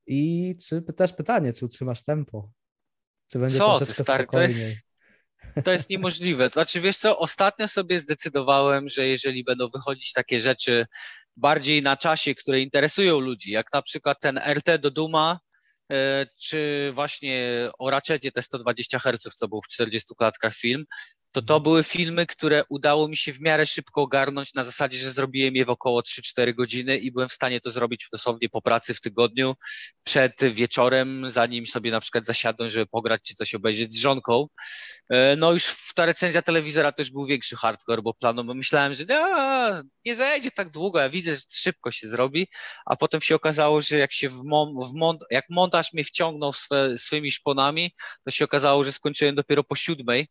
Speaker 1: i czy też pytanie, czy utrzymasz tempo? Czy będzie
Speaker 2: Co ty,
Speaker 1: troszeczkę
Speaker 2: stary, to
Speaker 1: spokojniej?
Speaker 2: jest, to jest niemożliwe. Znaczy, wiesz co, ostatnio sobie zdecydowałem, że jeżeli będą wychodzić takie rzeczy bardziej na czasie, które interesują ludzi, jak na przykład ten R T do Duma, e, czy właśnie o Ratchetie te sto dwadzieścia herców, co był w czterdziestu klatkach film, to to były filmy, które udało mi się w miarę szybko ogarnąć na zasadzie, że zrobiłem je w około trzy cztery godziny i byłem w stanie to zrobić dosłownie po pracy w tygodniu, przed wieczorem, zanim sobie na przykład zasiadłem, żeby pograć czy coś obejrzeć z żonką. E, No już w- ta recenzja telewizora też był większy hardcore, bo planu, bo myślałem, że a, nie zajdzie tak długo, ja widzę, że szybko się zrobi, a potem się okazało, że jak się w, mon, w mon, jak montaż mnie wciągnął w swe, swymi szponami, to się okazało, że skończyłem dopiero po siódmej.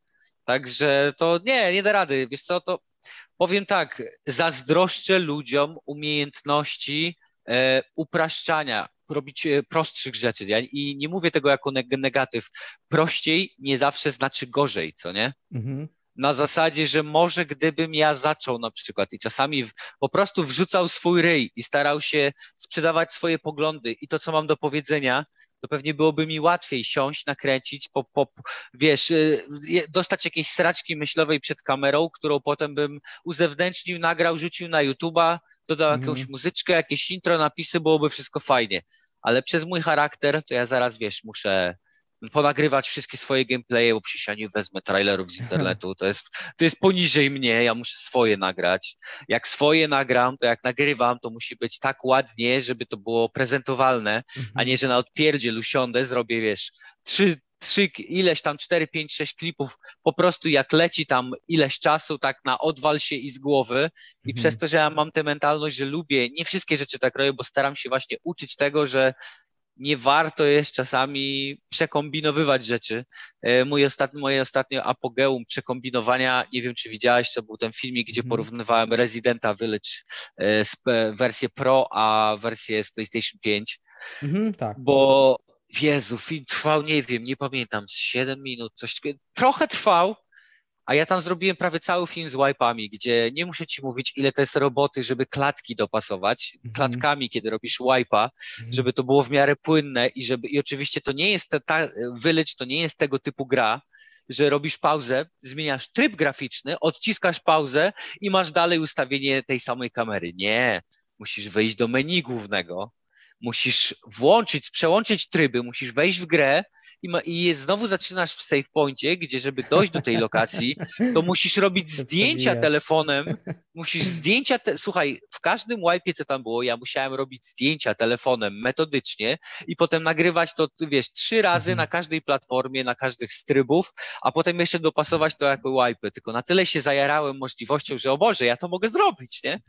Speaker 2: Także to nie, nie da rady. Wiesz co, to powiem tak, zazdroszczę ludziom umiejętności e, upraszczania, robić e, prostszych rzeczy. Ja, I nie mówię tego jako neg negatyw. Prościej nie zawsze znaczy gorzej, co nie?
Speaker 1: Mhm.
Speaker 2: Na zasadzie, że może gdybym ja zaczął na przykład i czasami w, po prostu wrzucał swój ryj i starał się sprzedawać swoje poglądy i to, co mam do powiedzenia, to pewnie byłoby mi łatwiej siąść, nakręcić, po, po, wiesz, y, je- dostać jakiejś sraczki myślowej przed kamerą, którą potem bym uzewnętrznił, nagrał, rzucił na YouTube'a, dodał jakąś
Speaker 1: Mhm.
Speaker 2: muzyczkę, jakieś intro, napisy, byłoby wszystko fajnie. Ale przez mój charakter, to ja zaraz, wiesz, muszę ponagrywać wszystkie swoje gameplaye, bo przecież ja nie wezmę trailerów z internetu, to jest, to jest poniżej mnie, ja muszę swoje nagrać. Jak swoje nagram, to jak nagrywam, to musi być tak ładnie, żeby to było prezentowalne, a nie,
Speaker 1: Mhm.
Speaker 2: że na odpierdziel usiądę, zrobię, wiesz, trzy, trzy, ileś tam, cztery, pięć, sześć klipów, po prostu jak leci tam ileś czasu, tak na odwal się i z głowy i przez
Speaker 1: Mhm.
Speaker 2: to, że ja mam tę mentalność, że lubię, nie wszystkie rzeczy tak robię, bo staram się właśnie uczyć tego, że nie warto jest czasami przekombinowywać rzeczy. E, Mój ostatni, moje ostatnie apogeum przekombinowania, nie wiem czy widziałeś, to był ten filmik, gdzie
Speaker 1: Mhm.
Speaker 2: porównywałem Residenta Village, e, z, e, wersję Pro, a wersję z PlayStation pięć,
Speaker 1: Mhm. Tak.
Speaker 2: bo Jezu, film trwał, nie wiem, nie pamiętam, z siedem minut, coś takiego. Trochę trwał, a ja tam zrobiłem prawie cały film z wipe'ami, gdzie nie muszę ci mówić, ile to jest roboty, żeby klatki dopasować,
Speaker 1: Mhm.
Speaker 2: klatkami, kiedy robisz wipe'a,
Speaker 1: Mhm.
Speaker 2: żeby to było w miarę płynne i żeby, i oczywiście to nie jest ta, ta Village, to nie jest tego typu gra, że robisz pauzę, zmieniasz tryb graficzny, odciskasz pauzę i masz dalej ustawienie tej samej kamery. Nie, musisz wejść do menu głównego, musisz włączyć, przełączyć tryby, musisz wejść w grę i, ma, i znowu zaczynasz w save poincie, gdzie żeby dojść do tej lokacji, to musisz robić
Speaker 1: Się
Speaker 2: zdjęcia
Speaker 1: przebija.
Speaker 2: telefonem, musisz zdjęcia, te, słuchaj, w każdym wipe'ie, co tam było, ja musiałem robić zdjęcia telefonem metodycznie i potem nagrywać to, ty wiesz, trzy razy na
Speaker 1: Mhm.
Speaker 2: każdej platformie, na każdych z trybów, a potem jeszcze dopasować to jako wipe'y, tylko na tyle się zajarałem możliwością, że o Boże, ja to mogę zrobić, nie?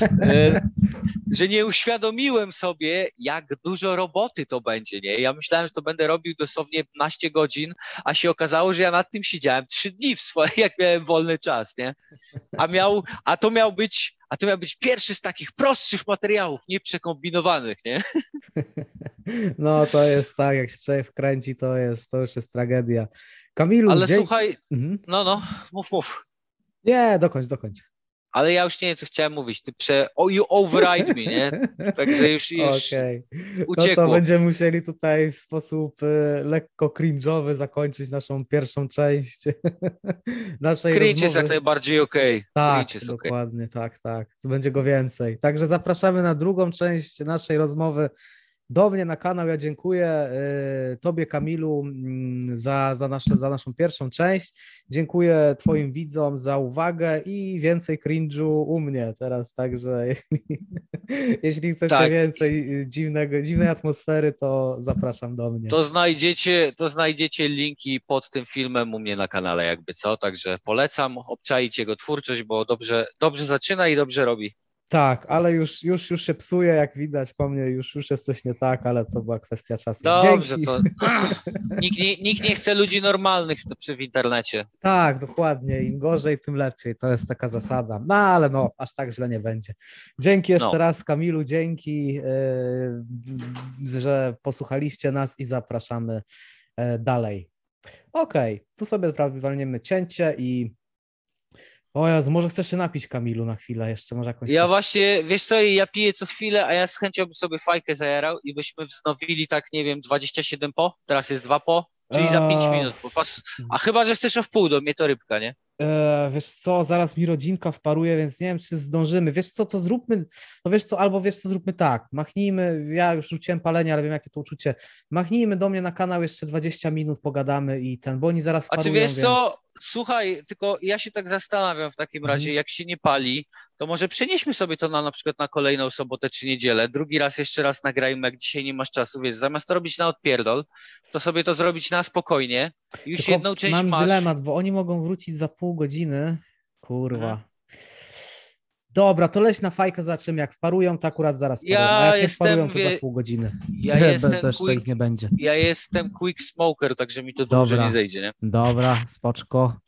Speaker 2: E, że nie uświadomiłem sobie, jak dużo roboty to będzie, nie? Ja myślałem, że to będę robił dosłownie piętnaście godzin, a się okazało, że ja nad tym siedziałem trzy dni, w swoje, jak miałem wolny czas, nie? A miał, a to miał być, a to miał być pierwszy z takich prostszych materiałów, nieprzekombinowanych, nie?
Speaker 1: No to jest tak, jak się człowiek wkręci, to jest, to już jest tragedia. Kamilu,
Speaker 2: Ale
Speaker 1: dzień...
Speaker 2: słuchaj,
Speaker 1: Mhm.
Speaker 2: no, no, mów, mów.
Speaker 1: Nie, dokończ, dokończ.
Speaker 2: Ale ja już nie wiem, co chciałem mówić. Ty prze... O, you override me, nie? Także już, już
Speaker 1: Okej. No to
Speaker 2: uciekło.
Speaker 1: będziemy musieli tutaj w sposób y, lekko cringe'owy zakończyć naszą pierwszą część naszej
Speaker 2: Cringe jest jak
Speaker 1: rozmowy.
Speaker 2: najbardziej okej. Cringe
Speaker 1: Tak,
Speaker 2: jest okej.
Speaker 1: dokładnie, tak, tak. Będzie go więcej. Także zapraszamy na drugą część naszej rozmowy do mnie na kanał. Ja dziękuję y, Tobie, Kamilu, mm, za, za, nasze, za naszą pierwszą część. Dziękuję Twoim widzom za uwagę i więcej cringe'u u mnie teraz. Także jeśli, jeśli chcecie
Speaker 2: Tak,
Speaker 1: więcej y, dziwnego, dziwnej atmosfery, to zapraszam do mnie.
Speaker 2: to znajdziecie, to znajdziecie linki pod tym filmem u mnie na kanale, jakby co. Także polecam obczaić jego twórczość, bo dobrze, dobrze zaczyna i dobrze robi.
Speaker 1: Tak, ale już, już, już się psuje, jak widać po mnie, już, już jest coś nie tak, ale to była kwestia czasu.
Speaker 2: Dobrze,
Speaker 1: Dzięki.
Speaker 2: to nikt nie, nikt nie chce ludzi normalnych przy w internecie.
Speaker 1: Tak, dokładnie. Im gorzej, tym lepiej. To jest taka zasada. No ale no, aż tak źle nie będzie. Dzięki jeszcze
Speaker 2: No,
Speaker 1: raz, Kamilu, dzięki, yy, że posłuchaliście nas i zapraszamy yy, dalej. Okej, tu sobie prawie walniemy cięcie i o Jezu, może chcesz się napić, Kamilu, na chwilę jeszcze, może jakąś
Speaker 2: ja
Speaker 1: coś.
Speaker 2: właśnie, wiesz co, ja piję co chwilę, a ja z chęcią bym sobie fajkę zajarał i byśmy wznowili tak, nie wiem, dwadzieścia siedem po, teraz jest dwa po, czyli za pięć
Speaker 1: Eee,
Speaker 2: minut. Bo pas... A chyba, że chcesz o wpół do mnie, to rybka, nie?
Speaker 1: E, wiesz co, zaraz mi rodzinka wparuje, więc nie wiem, czy zdążymy. Wiesz co, to zróbmy, no wiesz co, albo wiesz co, zróbmy tak, machnijmy, ja już rzuciłem palenie, ale wiem, jakie to uczucie, machnijmy do mnie na kanał, jeszcze dwadzieścia minut pogadamy i ten, bo oni zaraz
Speaker 2: A czy
Speaker 1: wparują,
Speaker 2: wiesz co?
Speaker 1: więc...
Speaker 2: Słuchaj, tylko ja się tak zastanawiam w takim razie,
Speaker 1: Mhm.
Speaker 2: jak się nie pali, to może przenieśmy sobie to na na przykład na kolejną sobotę czy niedzielę. Drugi raz jeszcze raz nagrajmy, jak dzisiaj nie masz czasu, wiesz, zamiast to robić na odpierdol, to sobie to zrobić na spokojnie. Już
Speaker 1: Tylko
Speaker 2: jedną część
Speaker 1: mam
Speaker 2: masz.
Speaker 1: dylemat, bo oni mogą wrócić za pół godziny,
Speaker 2: Mhm.
Speaker 1: kurwa. Dobra, to leć na fajkę, zobaczymy, jak wparują, to akurat zaraz parują, a
Speaker 2: Ja
Speaker 1: jak nie wparują,
Speaker 2: jestem,
Speaker 1: to za
Speaker 2: wie,
Speaker 1: pół godziny.
Speaker 2: ja
Speaker 1: Be- To
Speaker 2: jestem
Speaker 1: jeszcze ich
Speaker 2: quick,
Speaker 1: nie będzie.
Speaker 2: ja jestem quick smoker, także mi to dłużej nie
Speaker 1: Dobra,
Speaker 2: zejdzie, nie?
Speaker 1: dobra, spoczko.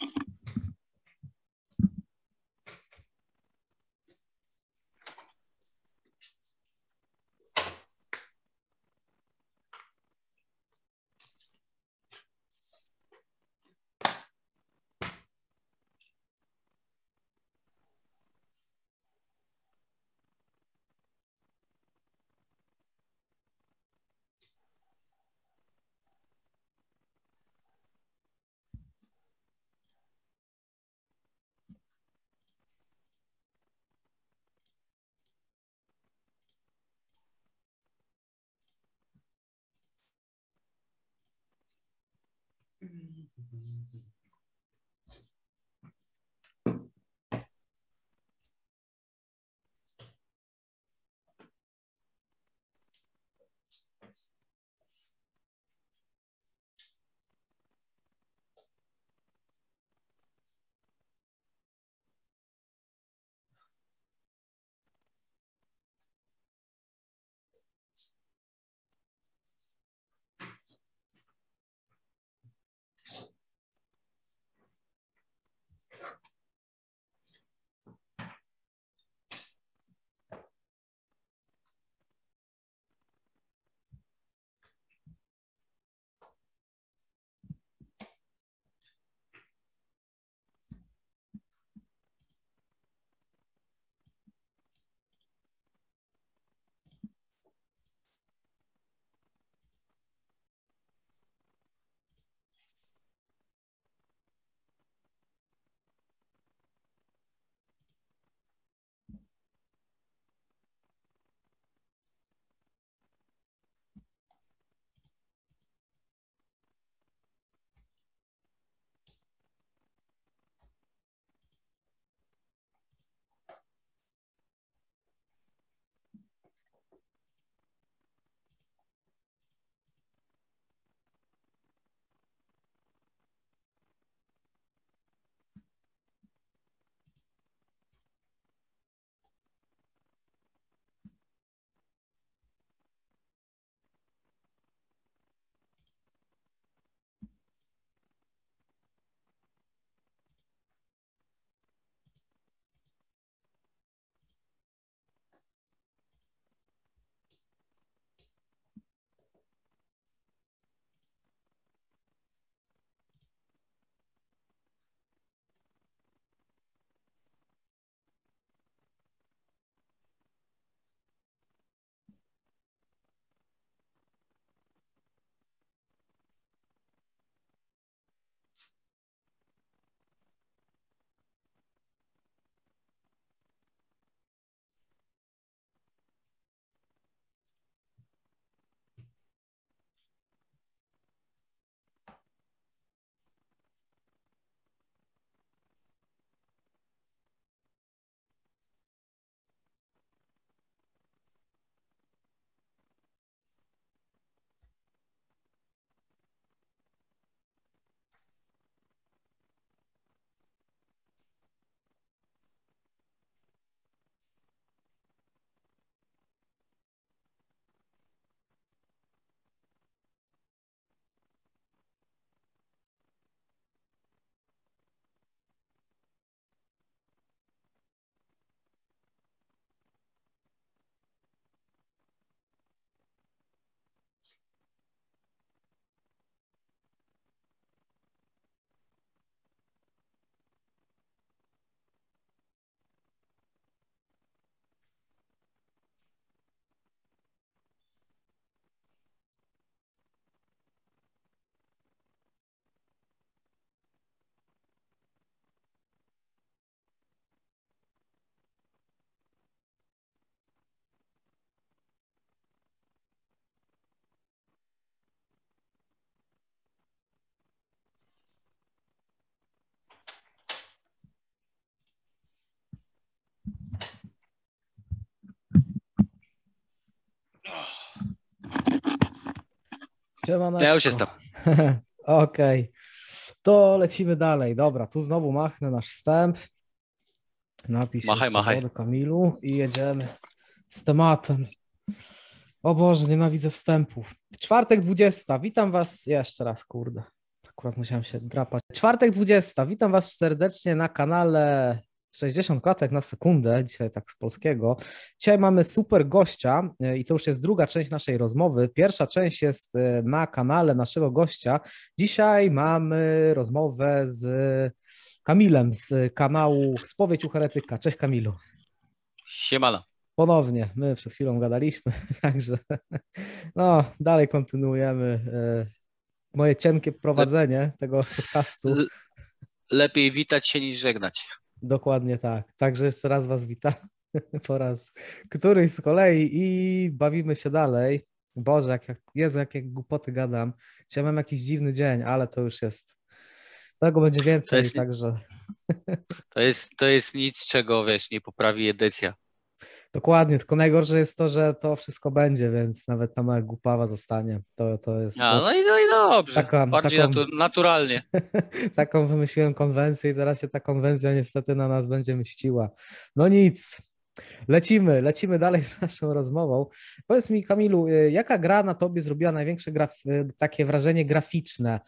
Speaker 2: Ja już jestem.
Speaker 1: Okej, okay. To lecimy dalej. Dobra, tu znowu machnę nasz wstęp. Napisz
Speaker 2: machaj, machaj.
Speaker 1: do Kamilu i jedziemy z tematem. O Boże, nienawidzę wstępów. Czwartek dwudziesty. Witam was jeszcze raz, kurde. Akurat musiałem się drapać. Czwartek dwudziesty. Witam was serdecznie na kanale sześćdziesiąt klatek na sekundę, dzisiaj tak z polskiego. Dzisiaj mamy super gościa i to już jest druga część naszej rozmowy. Pierwsza część jest na kanale naszego gościa. Dzisiaj mamy rozmowę z Kamilem z kanału Spowiedź u Heretyka. Cześć Kamilu.
Speaker 2: Siemano.
Speaker 1: Ponownie, my przed chwilą gadaliśmy, także no dalej kontynuujemy moje cienkie prowadzenie Le... tego podcastu.
Speaker 2: Lepiej witać się niż żegnać.
Speaker 1: Dokładnie tak. Także jeszcze raz was witam po raz któryś z kolei i bawimy się dalej. Boże, jak, jak, Jezu, jakie głupoty gadam. Dzisiaj mam jakiś dziwny dzień, ale to już jest, tego będzie więcej, to jest, także...
Speaker 2: To jest, to jest nic, czego, wiesz, nie poprawi edycja.
Speaker 1: Dokładnie, tylko najgorsze jest to, że to wszystko będzie, więc nawet ta mała głupawa zostanie. To, to jest.
Speaker 2: A, no, i, no i dobrze, taką, bardziej taką, naturalnie.
Speaker 1: Taką wymyśliłem konwencję i teraz się ta konwencja niestety na nas będzie mściła. No nic, lecimy, lecimy dalej z naszą rozmową. Powiedz mi, Kamilu, jaka gra na tobie zrobiła największe graf... takie wrażenie graficzne?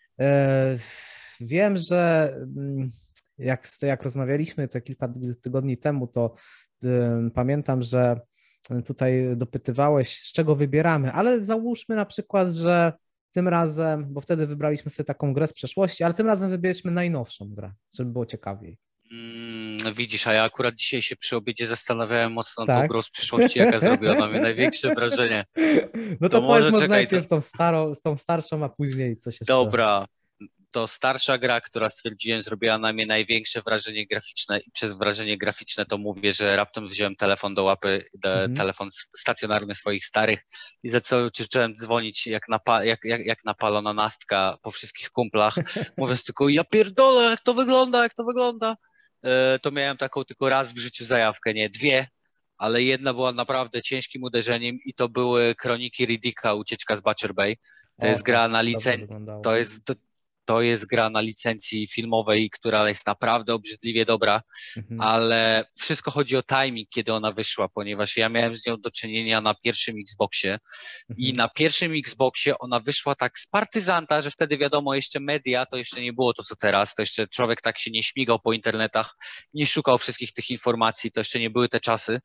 Speaker 1: Wiem, że jak, jak rozmawialiśmy to kilka tygodni temu, to pamiętam, że tutaj dopytywałeś, z czego wybieramy, ale załóżmy na przykład, że tym razem, bo wtedy wybraliśmy sobie taką grę z przeszłości, ale tym razem wybieraliśmy najnowszą grę, żeby było ciekawiej.
Speaker 2: Mm, widzisz, a ja akurat dzisiaj się przy obiedzie zastanawiałem mocno tak? tą grą z przeszłości, jaka zrobiła na mnie największe wrażenie.
Speaker 1: No to, to może czekaj, najpierw to... tą, starą, tą starszą, a później coś jeszcze.
Speaker 2: Dobra. To starsza gra, która stwierdziłem zrobiła na mnie największe wrażenie graficzne i przez wrażenie graficzne to mówię, że raptem wziąłem telefon do łapy, do, mm. telefon stacjonarny swoich starych i zacząłem dzwonić jak, napa, jak, jak, jak napalona nastka po wszystkich kumplach, mówiąc tylko ja pierdolę, jak to wygląda, jak to wygląda. E, to miałem taką tylko raz w życiu zajawkę, nie dwie, ale jedna była naprawdę ciężkim uderzeniem i to były Kroniki Riddicka, Ucieczka z Butcher Bay. To o, jest gra na licencji, to jest... To, To jest gra na licencji filmowej, która jest naprawdę obrzydliwie dobra, mhm. ale wszystko chodzi o timing, kiedy ona wyszła, ponieważ ja miałem z nią do czynienia na pierwszym Xboxie mhm. i na pierwszym Xboxie ona wyszła tak z partyzanta, że wtedy wiadomo, jeszcze media, to jeszcze nie było to, co teraz, to jeszcze człowiek tak się nie śmigał po internetach, nie szukał wszystkich tych informacji, to jeszcze nie były te czasy.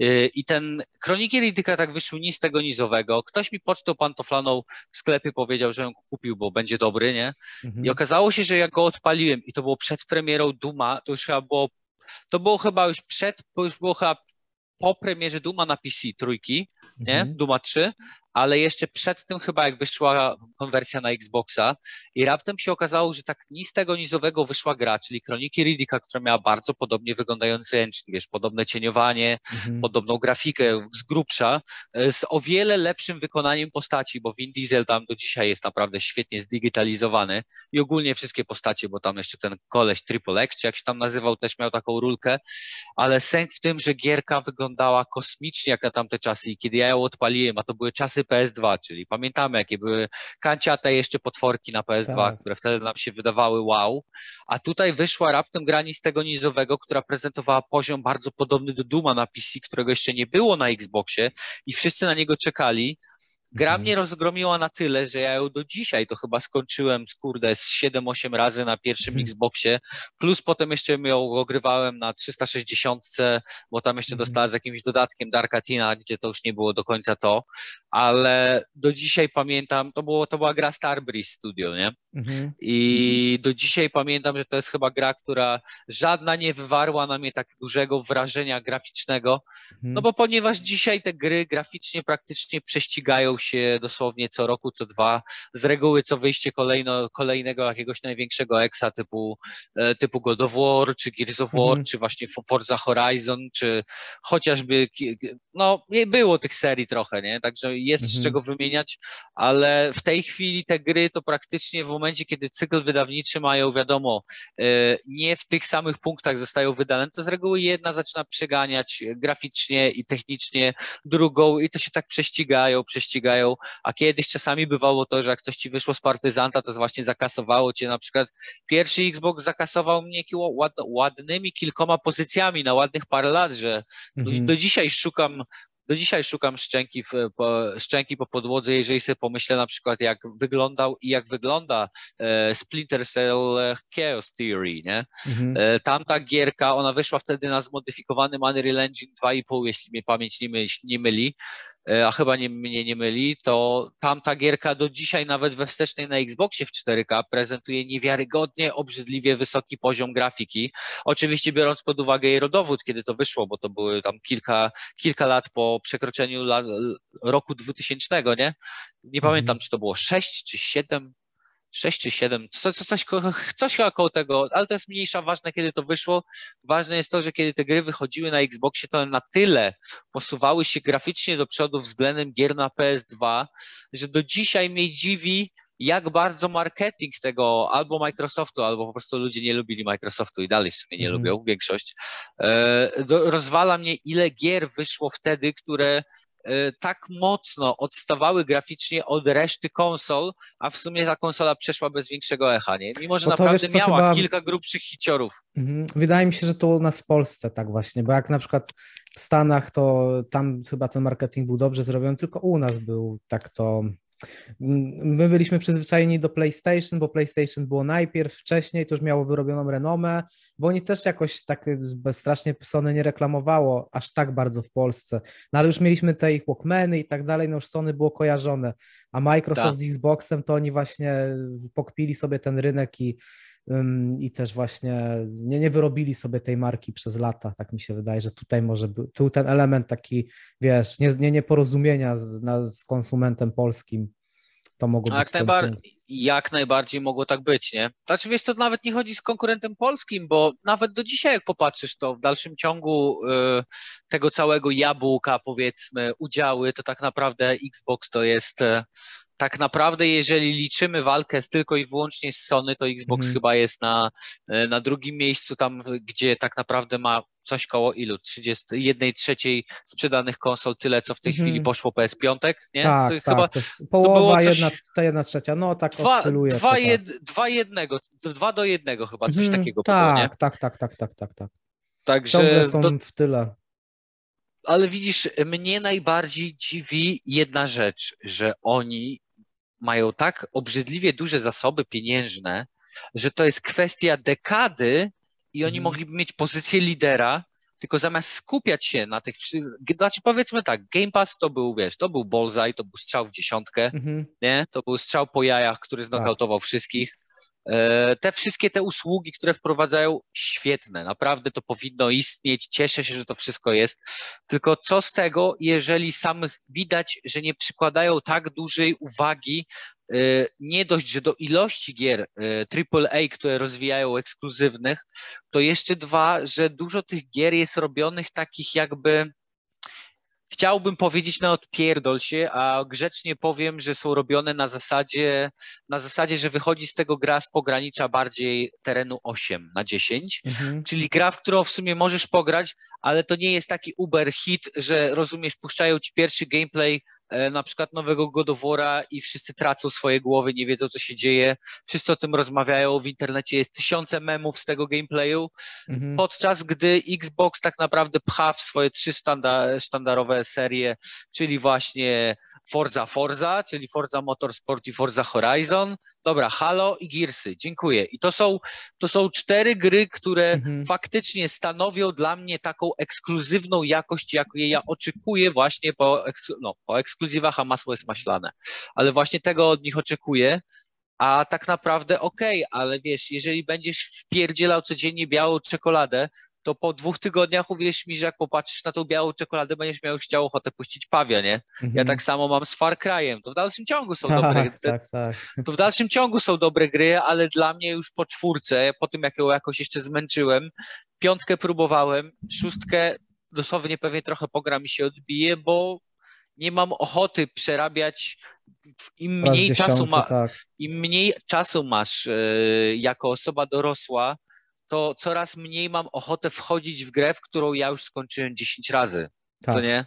Speaker 2: I ten Kroniki Riddicka tak wyszły ni z tego nizowego. Ktoś mi pocztą pantoflaną w sklepie powiedział, że ją kupił, bo będzie dobry, nie? I okazało się, że jak go odpaliłem i to było przed premierą Duma, to już chyba było, to było chyba już przed, to już było chyba po premierze Duma na P C trójki, nie? Mhm. Duma trzy, ale jeszcze przed tym chyba jak wyszła konwersja na Xboxa i raptem się okazało, że tak ni z tego nizowego wyszła gra, czyli Kroniki Riddicka, która miała bardzo podobnie wyglądający engine, wiesz, podobne cieniowanie, mhm. podobną grafikę z grubsza, z o wiele lepszym wykonaniem postaci, bo Vin Diesel tam do dzisiaj jest naprawdę świetnie zdigitalizowany i ogólnie wszystkie postacie, bo tam jeszcze ten koleś Triple X, czy jak się tam nazywał, też miał taką rulkę, ale sęk w tym, że gierka wyglądała kosmicznie jak na tamte czasy i kiedy ja ją odpaliłem, a to były czasy P S dwa, czyli pamiętamy, jakie były kanciate jeszcze potworki na P S dwa, tak. które wtedy nam się wydawały wow, a tutaj wyszła raptem gra ni z tego nizowego, która prezentowała poziom bardzo podobny do Duma na P C, którego jeszcze nie było na Xboxie i wszyscy na niego czekali. Gra mhm. mnie rozgromiła na tyle, że ja ją do dzisiaj to chyba skończyłem z kurde z siedem osiem razy na pierwszym mhm. Xboxie, plus potem jeszcze ją ogrywałem na trzysta sześćdziesiąt, bo tam jeszcze mhm. dostała z jakimś dodatkiem Dark Athena, gdzie to już nie było do końca to, ale do dzisiaj pamiętam, to, było, to była gra Starbreeze Studio, nie? Mhm. I do dzisiaj pamiętam, że to jest chyba gra, która żadna nie wywarła na mnie tak dużego wrażenia graficznego, mhm. no bo ponieważ dzisiaj te gry graficznie praktycznie prześcigają się dosłownie co roku, co dwa. Z reguły co wyjście kolejno, kolejnego jakiegoś największego exa typu, typu God of War, czy Gears of War, mhm. czy właśnie Forza Horizon, czy chociażby, no było tych serii trochę, nie? Także jest mhm. z czego wymieniać, ale w tej chwili te gry to praktycznie w momencie, kiedy cykl wydawniczy mają, wiadomo, nie w tych samych punktach zostają wydane, to z reguły jedna zaczyna przeganiać graficznie i technicznie drugą i to się tak prześcigają, prześcigają ścigają, a kiedyś czasami bywało to, że jak coś ci wyszło z partyzanta, to właśnie zakasowało cię, na przykład pierwszy Xbox zakasował mnie kilo- ład, ładnymi kilkoma pozycjami na ładnych parę lat, że do, do
Speaker 1: Mhm.
Speaker 2: dzisiaj szukam do dzisiaj szukam szczęki, w, po, szczęki po podłodze, jeżeli sobie pomyślę na przykład, jak wyglądał i jak wygląda e, Splinter Cell e, Chaos Theory, nie?
Speaker 1: Mhm.
Speaker 2: E, tamta gierka, ona wyszła wtedy na zmodyfikowanym Unreal Engine dwa i pół, jeśli mnie pamięć nie myli, nie myli e, a chyba nie, mnie nie myli, to tamta gierka do dzisiaj nawet we wstecznej na Xboxie w cztery K prezentuje niewiarygodnie, obrzydliwie wysoki poziom grafiki. Oczywiście biorąc pod uwagę jej rodowód, kiedy to wyszło, bo to były tam kilka, kilka lat po przekroczeniu la, roku dwutysięcznego, nie? Nie
Speaker 1: Mhm.
Speaker 2: pamiętam, czy to było sześć czy siedem, sześć czy siedem, co, co, coś, ko- coś chyba koło tego, ale to jest mniejsza, ważne kiedy to wyszło. Ważne jest to, że kiedy te gry wychodziły na Xboxie, to na tyle posuwały się graficznie do przodu względem gier na P S dwa, że do dzisiaj mnie dziwi, jak bardzo marketing tego albo Microsoftu, albo po prostu ludzie nie lubili Microsoftu i dalej w sumie nie
Speaker 1: Mhm.
Speaker 2: lubią, większość, e, do, rozwala mnie, ile gier wyszło wtedy, które e, tak mocno odstawały graficznie od reszty konsol, a w sumie ta konsola przeszła bez większego echa, nie? Mimo, że
Speaker 1: Bo to wiesz
Speaker 2: naprawdę
Speaker 1: co,
Speaker 2: miała
Speaker 1: chyba
Speaker 2: kilka grubszych hiciorów.
Speaker 1: mhm. Wydaje mi się, że to u nas w Polsce tak właśnie, bo jak na przykład w Stanach, to tam chyba ten marketing był dobrze zrobiony, tylko u nas był tak to. My byliśmy przyzwyczajeni do PlayStation, bo PlayStation było najpierw, wcześniej, to już miało wyrobioną renomę, bo oni też jakoś tak bezstrasznie Sony nie reklamowało aż tak bardzo w Polsce. No ale już mieliśmy te ich Walkmany i tak dalej, no już Sony było kojarzone, a
Speaker 2: Tak.
Speaker 1: Microsoft z Xboxem to oni właśnie pokpili sobie ten rynek i ym, i też właśnie nie, nie wyrobili sobie tej marki przez lata, tak mi się wydaje, że tutaj może był, tu ten element taki, wiesz, nie, nie, nieporozumienia z, na, z konsumentem polskim, to mogło
Speaker 2: A
Speaker 1: być
Speaker 2: Jak,
Speaker 1: ten
Speaker 2: najbar
Speaker 1: punkt.
Speaker 2: jak najbardziej mogło tak być, nie? Znaczy, wiesz, to nawet nie chodzi z konkurentem polskim, bo nawet do dzisiaj, jak popatrzysz, to w dalszym ciągu y, tego całego jabłka, powiedzmy, udziały, to tak naprawdę Xbox to jest y, tak naprawdę, jeżeli liczymy walkę z tylko i wyłącznie z Sony, to Xbox
Speaker 1: Mhm.
Speaker 2: chyba jest na, y, na drugim miejscu, tam, gdzie tak naprawdę ma coś koło ilu? trzydzieści jednej trzeciej sprzedanych konsol, tyle co w tej chwili
Speaker 1: Mhm.
Speaker 2: poszło P S pięć, nie? To
Speaker 1: Tak,
Speaker 2: chyba
Speaker 1: tak, to jest
Speaker 2: to było
Speaker 1: połowa, jedna,
Speaker 2: coś.
Speaker 1: ta jedna trzecia, no tak
Speaker 2: Dwa,
Speaker 1: oscyluje
Speaker 2: dwa,
Speaker 1: to, tak.
Speaker 2: jed, dwa jednego, dwa do jednego chyba, coś
Speaker 1: Mhm.
Speaker 2: takiego było, nie?
Speaker 1: Tak, tak, tak, tak, tak, tak, tak. Ciągle
Speaker 2: Także, do,
Speaker 1: są w tyle.
Speaker 2: ale widzisz, mnie najbardziej dziwi jedna rzecz, że oni mają tak obrzydliwie duże zasoby pieniężne, że to jest kwestia dekady i oni
Speaker 1: Mhm.
Speaker 2: mogliby mieć pozycję lidera, tylko zamiast skupiać się na tych, wszy- znaczy powiedzmy tak, Game Pass to był, wiesz, to był bullseye, to był strzał w dziesiątkę,
Speaker 1: Mhm.
Speaker 2: nie? To był strzał po jajach, który
Speaker 1: Tak.
Speaker 2: znokautował wszystkich. E, Te wszystkie te usługi, które wprowadzają, świetne, naprawdę to powinno istnieć. Cieszę się, że to wszystko jest. Tylko co z tego, jeżeli samych widać, że nie przykładają tak dużej uwagi, e, nie dość, że do ilości gier e, triple A, które rozwijają ekskluzywnych, to jeszcze dwa, że dużo tych gier jest robionych takich jakby. Chciałbym powiedzieć na odpierdol się, a grzecznie powiem, że są robione na zasadzie, na zasadzie, że wychodzi z tego gra z pogranicza bardziej terenu osiem na dziesięć,
Speaker 1: Mhm.
Speaker 2: czyli gra, w którą w sumie możesz pograć, ale to nie jest taki uber hit, że rozumiesz, puszczają ci pierwszy gameplay e, na przykład nowego God of War'a i wszyscy tracą swoje głowy, nie wiedzą co się dzieje, wszyscy o tym rozmawiają, w internecie jest tysiące memów z tego gameplayu,
Speaker 1: Mhm.
Speaker 2: podczas gdy Xbox tak naprawdę pcha w swoje trzy sztanda, sztandarowe serie, czyli właśnie Forza Forza, czyli Forza Motorsport i Forza Horizon. Dobra, Halo i Gearsy, dziękuję. I to są, to są cztery gry, które
Speaker 1: Mhm.
Speaker 2: faktycznie stanowią dla mnie taką ekskluzywną jakość, jakiej ja oczekuję właśnie po, no, po ekskluzywach, a masło jest maślane. Ale właśnie tego od nich oczekuję. A tak naprawdę okej, ale wiesz, jeżeli będziesz wpierdzielał codziennie białą czekoladę, to po dwóch tygodniach uwierz mi, że jak popatrzysz na tą białą czekoladę, będziesz miał chciał ochotę puścić pawia, nie? Ja
Speaker 1: Mhm.
Speaker 2: tak samo mam z Far Cry'em. To w dalszym ciągu są dobre,
Speaker 1: Tak,
Speaker 2: te,
Speaker 1: tak, tak.
Speaker 2: to w dalszym ciągu są dobre gry, ale dla mnie już po czwórce, po tym jak ją jakoś jeszcze zmęczyłem, piątkę próbowałem, szóstkę dosłownie pewnie trochę pogra mi się odbije, bo nie mam ochoty przerabiać. Im
Speaker 1: Raz
Speaker 2: mniej czasu
Speaker 1: dziesiąty,
Speaker 2: ma,
Speaker 1: tak,
Speaker 2: im mniej czasu masz e, jako osoba dorosła, to coraz mniej mam ochotę wchodzić w grę, w którą ja już skończyłem dziesięć razy. Co
Speaker 1: tak.
Speaker 2: nie?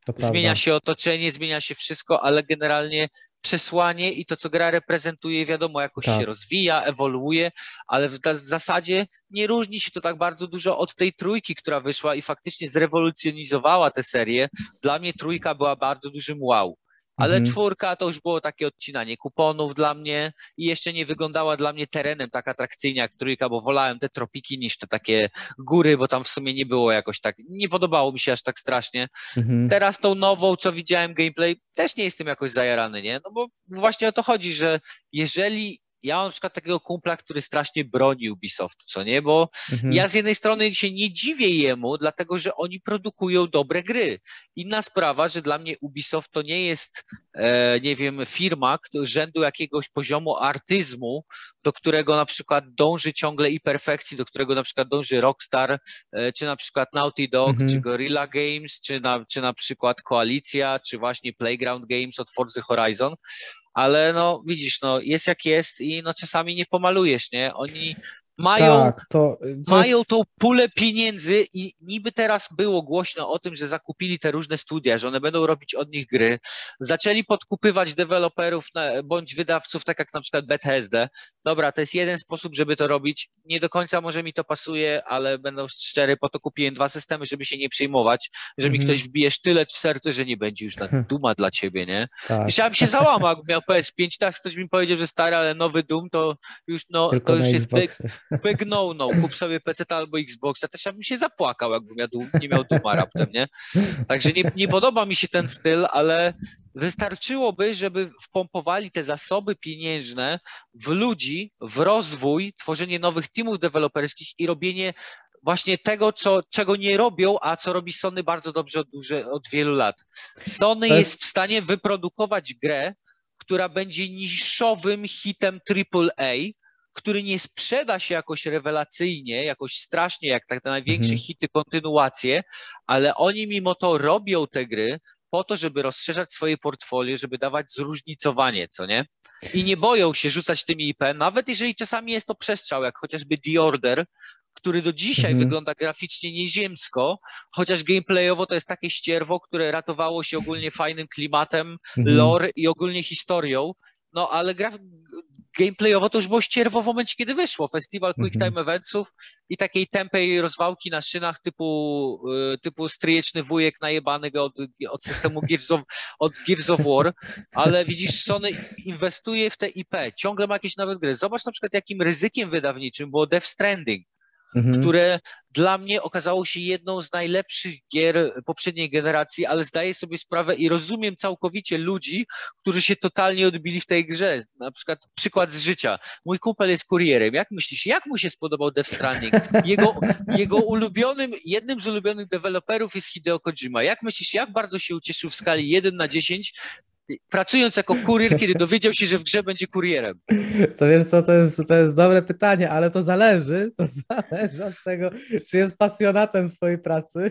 Speaker 1: to
Speaker 2: Zmienia
Speaker 1: prawda.
Speaker 2: się otoczenie, zmienia się wszystko, ale generalnie przesłanie i to, co gra reprezentuje, wiadomo, jakoś się
Speaker 1: Tak.
Speaker 2: rozwija, ewoluuje, ale w w zasadzie nie różni się to tak bardzo dużo od tej trójki, która wyszła i faktycznie zrewolucjonizowała tę serię. Dla mnie trójka była bardzo dużym wow. Ale
Speaker 1: Mhm.
Speaker 2: czwórka to już było takie odcinanie kuponów dla mnie i jeszcze nie wyglądała dla mnie terenem tak atrakcyjnie jak trójka, bo wolałem te tropiki niż te takie góry, bo tam w sumie nie było jakoś tak, nie podobało mi się aż tak strasznie.
Speaker 1: Mhm.
Speaker 2: Teraz tą nową, co widziałem gameplay, też nie jestem jakoś zajarany, nie? No bo właśnie o to chodzi, że jeżeli ja mam na przykład takiego kumpla, który strasznie broni Ubisoftu, co nie? Bo
Speaker 1: Mhm.
Speaker 2: ja z jednej strony się nie dziwię jemu, dlatego że oni produkują dobre gry. Inna sprawa, że dla mnie Ubisoft to nie jest, e, nie wiem, firma kto, rzędu jakiegoś poziomu artyzmu, do którego na przykład dąży ciągle i perfekcji, do którego na przykład dąży Rockstar, e, czy na przykład Naughty Dog, czy
Speaker 1: Mhm.
Speaker 2: Guerrilla Games, czy na, czy na przykład Koalicja, czy właśnie Playground Games od Forza Horizon, ale no widzisz, no jest jak jest i no czasami nie pomalujesz, nie? Oni mają
Speaker 1: Tak, to, to
Speaker 2: mają
Speaker 1: jest.
Speaker 2: tą pulę pieniędzy i niby teraz było głośno o tym, że zakupili te różne studia, że one będą robić od nich gry. Zaczęli podkupywać deweloperów na, bądź wydawców, tak jak na przykład Bethesda. Dobra, to jest jeden sposób, żeby to robić. Nie do końca może mi to pasuje, ale będę szczery, po to kupiłem dwa systemy, żeby się nie przejmować, że mi ktoś
Speaker 1: Mhm.
Speaker 2: wbije sztylet w serce, że nie będzie już na Duma dla ciebie, nie?
Speaker 1: Tak,
Speaker 2: Już ja bym się załamał, jakbym miał P S pięć, tak ktoś mi powiedział, że stary, ale nowy Doom to już, no, to
Speaker 1: tylko na
Speaker 2: już jest big,
Speaker 1: Xboxie.
Speaker 2: big no-no, kup sobie P C albo Xboxa, też ja bym się zapłakał, jakbym ja dum, nie miał Duma raptem, nie? Także nie, nie podoba mi się ten styl, ale wystarczyłoby, żeby wpompowali te zasoby pieniężne w ludzi, w rozwój, tworzenie nowych teamów deweloperskich i robienie właśnie tego, co, czego nie robią, a co robi Sony bardzo dobrze od, duże, od wielu lat. Sony
Speaker 1: To
Speaker 2: jest w
Speaker 1: jest.
Speaker 2: stanie wyprodukować grę, która będzie niszowym hitem triple A, który nie sprzeda się jakoś rewelacyjnie, jakoś strasznie, jak tak te największe
Speaker 1: Mhm.
Speaker 2: hity, kontynuacje, ale oni mimo to robią te gry po to, żeby rozszerzać swoje portfolio, żeby dawać zróżnicowanie, co nie? I nie boją się rzucać tymi I P, nawet jeżeli czasami jest to przestrzał, jak chociażby The Order, który do dzisiaj
Speaker 1: Mhm.
Speaker 2: wygląda graficznie nieziemsko, chociaż gameplayowo to jest takie ścierwo, które ratowało się ogólnie fajnym klimatem,
Speaker 1: Mhm.
Speaker 2: lore i ogólnie historią, no ale gra, gameplayowo to już było ścierwo w momencie, kiedy wyszło. Festiwal Quick
Speaker 1: Mhm.
Speaker 2: Time Eventsów i takiej tępej rozwałki na szynach typu, y, typu stryjeczny wujek najebany od, od systemu Gears of, od Gears of War, ale widzisz, Sony inwestuje w te I P, ciągle ma jakieś nowe gry. Zobacz na przykład, jakim ryzykiem wydawniczym było Death Stranding,
Speaker 1: Mhm.
Speaker 2: które dla mnie okazało się jedną z najlepszych gier poprzedniej generacji, ale zdaję sobie sprawę i rozumiem całkowicie ludzi, którzy się totalnie odbili w tej grze. Na przykład przykład z życia. Mój kumpel jest kurierem. Jak myślisz, jak mu się spodobał Death Stranding? Jego, jego ulubionym, jednym z ulubionych deweloperów jest Hideo Kojima. Jak myślisz, jak bardzo się ucieszył w skali jeden na dziesięć, pracując jako kurier, kiedy dowiedział się, że w grze będzie kurierem?
Speaker 1: To wiesz co, to jest, to jest dobre pytanie, ale to zależy, to zależy od tego, czy jest pasjonatem swojej pracy.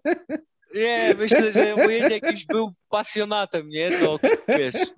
Speaker 2: Nie, myślę, że obojętnie jakimś był pasjonatem, nie? To wiesz.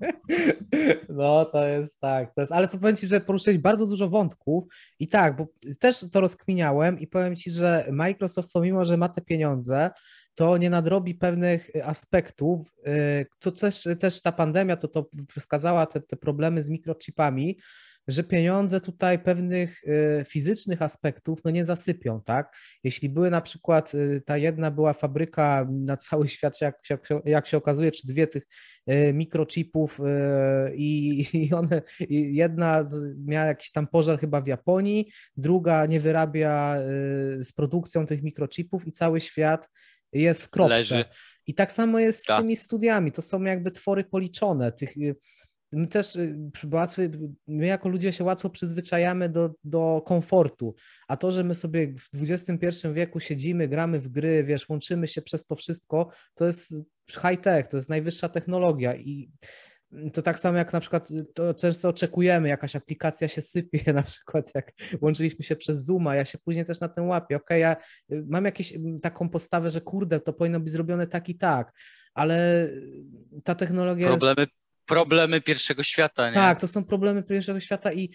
Speaker 1: No, to jest tak, to jest, ale to powiem Ci, że poruszyłeś bardzo dużo wątków i tak, bo też to rozkminiałem i powiem Ci, że Microsoft, pomimo że ma te pieniądze, to nie nadrobi pewnych aspektów, y, to też, też ta pandemia to, to wskazała te, te problemy z mikrochipami, że pieniądze tutaj pewnych y, fizycznych aspektów no nie zasypią, tak? Jeśli były na przykład, y, ta jedna była fabryka na cały świat, jak, jak, jak się okazuje, czy dwie tych y, mikrochipów y, i, i one, i jedna z, miała jakiś tam pożar chyba w Japonii, druga nie wyrabia y, z produkcją tych mikrochipów i cały świat jest w kropce.
Speaker 2: Leży.
Speaker 1: I tak samo jest z
Speaker 2: Tak.
Speaker 1: tymi studiami, to są jakby twory policzone, tych my też łatwo, my jako ludzie się łatwo przyzwyczajamy do, do komfortu, a to, że my sobie w dwudziestym pierwszym wieku siedzimy, gramy w gry, wiesz, łączymy się przez to wszystko, to jest high-tech, to jest najwyższa technologia i to tak samo jak na przykład to często oczekujemy, jakaś aplikacja się sypie, na przykład jak łączyliśmy się przez Zooma, ja się później też na tym łapię, okej, okay, ja mam jakąś taką postawę, że kurde, to powinno być zrobione tak i tak, ale ta technologia jest...
Speaker 2: Problemy, problemy pierwszego świata, nie?
Speaker 1: Tak, to są problemy pierwszego świata i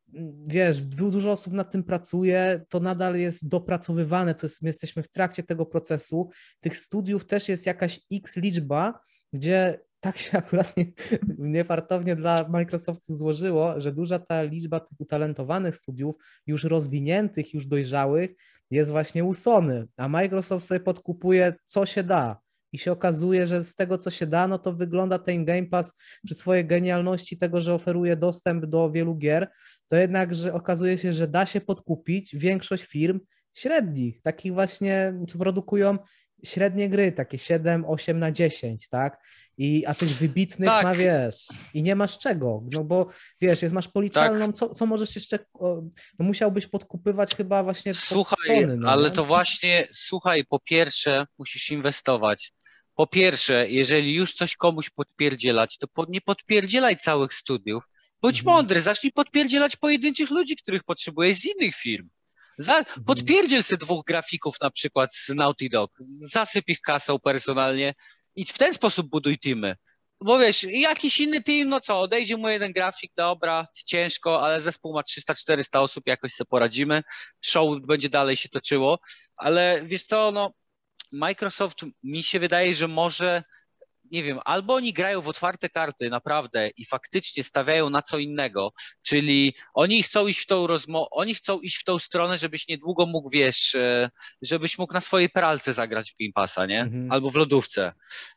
Speaker 1: wiesz, du- dużo osób nad tym pracuje, to nadal jest dopracowywane, to jest, my jesteśmy w trakcie tego procesu. Tych studiów też jest jakaś X liczba, gdzie tak się akurat nie, niefartownie dla Microsoftu złożyło, że duża ta liczba tych utalentowanych studiów, już rozwiniętych, już dojrzałych, jest właśnie u Sony, a Microsoft sobie podkupuje co się da. I się okazuje, że z tego, co się da, no to wygląda ten Game Pass przy swojej genialności tego, że oferuje dostęp do wielu gier, to jednak, że okazuje się, że da się podkupić większość firm średnich, takich właśnie, co produkują średnie gry, takie siedem, osiem na dziesięć, tak? I, a tych wybitnych ma,
Speaker 2: Tak,
Speaker 1: wiesz, i nie masz czego, no bo wiesz, jest, masz
Speaker 2: tak.
Speaker 1: policzalną, co, co możesz jeszcze, o, no musiałbyś podkupywać chyba właśnie pod
Speaker 2: Słuchaj,
Speaker 1: Sony, no
Speaker 2: ale
Speaker 1: nie?
Speaker 2: to właśnie, słuchaj, po pierwsze musisz inwestować. Po pierwsze, jeżeli już coś komuś podpierdzielać, to pod, nie podpierdzielaj całych studiów. Bądź
Speaker 1: Mhm,
Speaker 2: mądry, zacznij podpierdzielać pojedynczych ludzi, których potrzebujesz z innych firm. Za,
Speaker 1: mhm.
Speaker 2: podpierdziel se dwóch grafików na przykład z Naughty Dog, zasyp ich kasą personalnie i w ten sposób buduj teamy. Bo wiesz, jakiś inny team, no co, odejdzie mu jeden grafik, dobra, ciężko, ale zespół ma trzysta czterysta osób, jakoś sobie poradzimy, show będzie dalej się toczyło, ale wiesz co, no Microsoft mi się wydaje, że może, nie wiem, albo oni grają w otwarte karty naprawdę i faktycznie stawiają na co innego, czyli oni chcą iść w tą rozmowę, oni chcą iść w tą stronę, żebyś niedługo mógł, wiesz, e, żebyś mógł na swojej pralce zagrać w Game Passa, nie?
Speaker 1: Mhm.
Speaker 2: Albo w lodówce.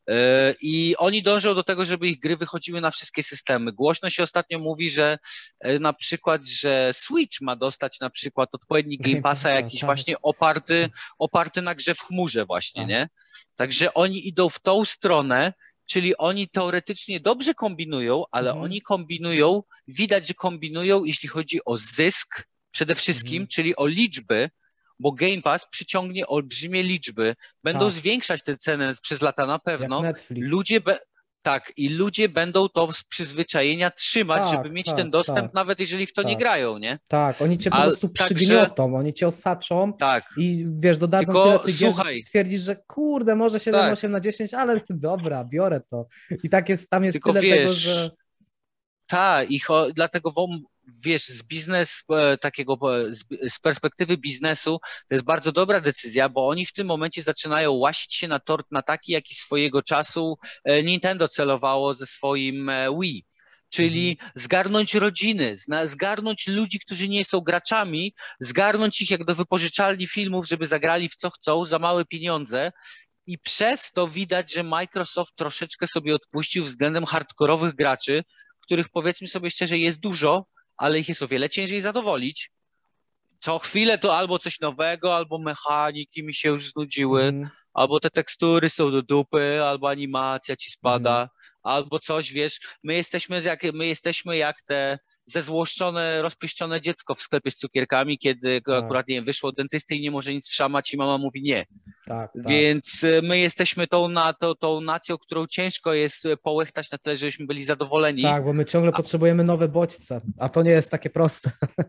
Speaker 2: E, I oni dążą do tego, żeby ich gry wychodziły na wszystkie systemy. Głośno się ostatnio mówi, że e, na przykład, że Switch ma dostać na przykład odpowiednik Game
Speaker 1: Game
Speaker 2: Passa
Speaker 1: Passa,
Speaker 2: jakiś
Speaker 1: tak,
Speaker 2: właśnie oparty, oparty na grze w chmurze właśnie,
Speaker 1: tak.
Speaker 2: nie? Także oni idą w tą stronę, czyli oni teoretycznie dobrze kombinują, ale
Speaker 1: Mhm,
Speaker 2: oni kombinują, widać, że kombinują, jeśli chodzi o zysk przede wszystkim,
Speaker 1: mhm.
Speaker 2: czyli o liczby, bo Game Pass przyciągnie olbrzymie liczby, będą
Speaker 1: Tak,
Speaker 2: zwiększać te ceny przez lata na
Speaker 1: jak
Speaker 2: pewno.
Speaker 1: Netflix.
Speaker 2: Ludzie, be, tak, i ludzie będą to z przyzwyczajenia trzymać, żeby
Speaker 1: Tak,
Speaker 2: mieć ten
Speaker 1: tak,
Speaker 2: dostęp,
Speaker 1: tak,
Speaker 2: nawet jeżeli w to nie
Speaker 1: tak.
Speaker 2: grają, nie?
Speaker 1: Tak, oni cię po
Speaker 2: A
Speaker 1: prostu
Speaker 2: także,
Speaker 1: przygniotą, oni cię osaczą
Speaker 2: tak,
Speaker 1: i wiesz, dodadzą tyle
Speaker 2: tylko
Speaker 1: tych gier, że ty
Speaker 2: słuchaj,
Speaker 1: stwierdzisz, że kurde, może siedem,
Speaker 2: tak,
Speaker 1: osiem na dziesięć, ale dobra, biorę to. I tak jest, tam jest
Speaker 2: tylko
Speaker 1: tyle tego, że
Speaker 2: wiesz, tak, i cho- dlatego wam, wiesz, z biznes e, takiego e, z, z perspektywy biznesu to jest bardzo dobra decyzja, bo oni w tym momencie zaczynają łasić się na tort na taki, jaki swojego czasu e, Nintendo celowało ze swoim e, Wii.
Speaker 1: mhm,
Speaker 2: Czyli zgarnąć rodziny, zna- zgarnąć ludzi, którzy nie są graczami, zgarnąć ich jak do wypożyczalni filmów, żeby zagrali w co chcą za małe pieniądze. I przez to widać, że Microsoft troszeczkę sobie odpuścił względem hardkorowych graczy, których powiedzmy sobie szczerze jest dużo, ale ich jest o wiele ciężej zadowolić. Co chwilę to albo coś nowego, albo mechaniki mi się już znudziły,
Speaker 1: mhm,
Speaker 2: albo te tekstury są do dupy, albo animacja ci
Speaker 1: mhm,
Speaker 2: spada, albo coś, wiesz, my jesteśmy jak, my jesteśmy jak te zezłoszczone, rozpieszczone dziecko w sklepie z cukierkami, kiedy
Speaker 1: tak,
Speaker 2: akurat, nie wiem, wyszło od dentysty i nie może nic wszamać i mama mówi nie.
Speaker 1: tak, tak.
Speaker 2: Więc e, my jesteśmy tą, na, tą, tą nacją, którą ciężko jest e, połechtać na tyle, żebyśmy byli zadowoleni.
Speaker 1: Tak, bo my ciągle potrzebujemy nowe bodźce, a to nie jest takie proste.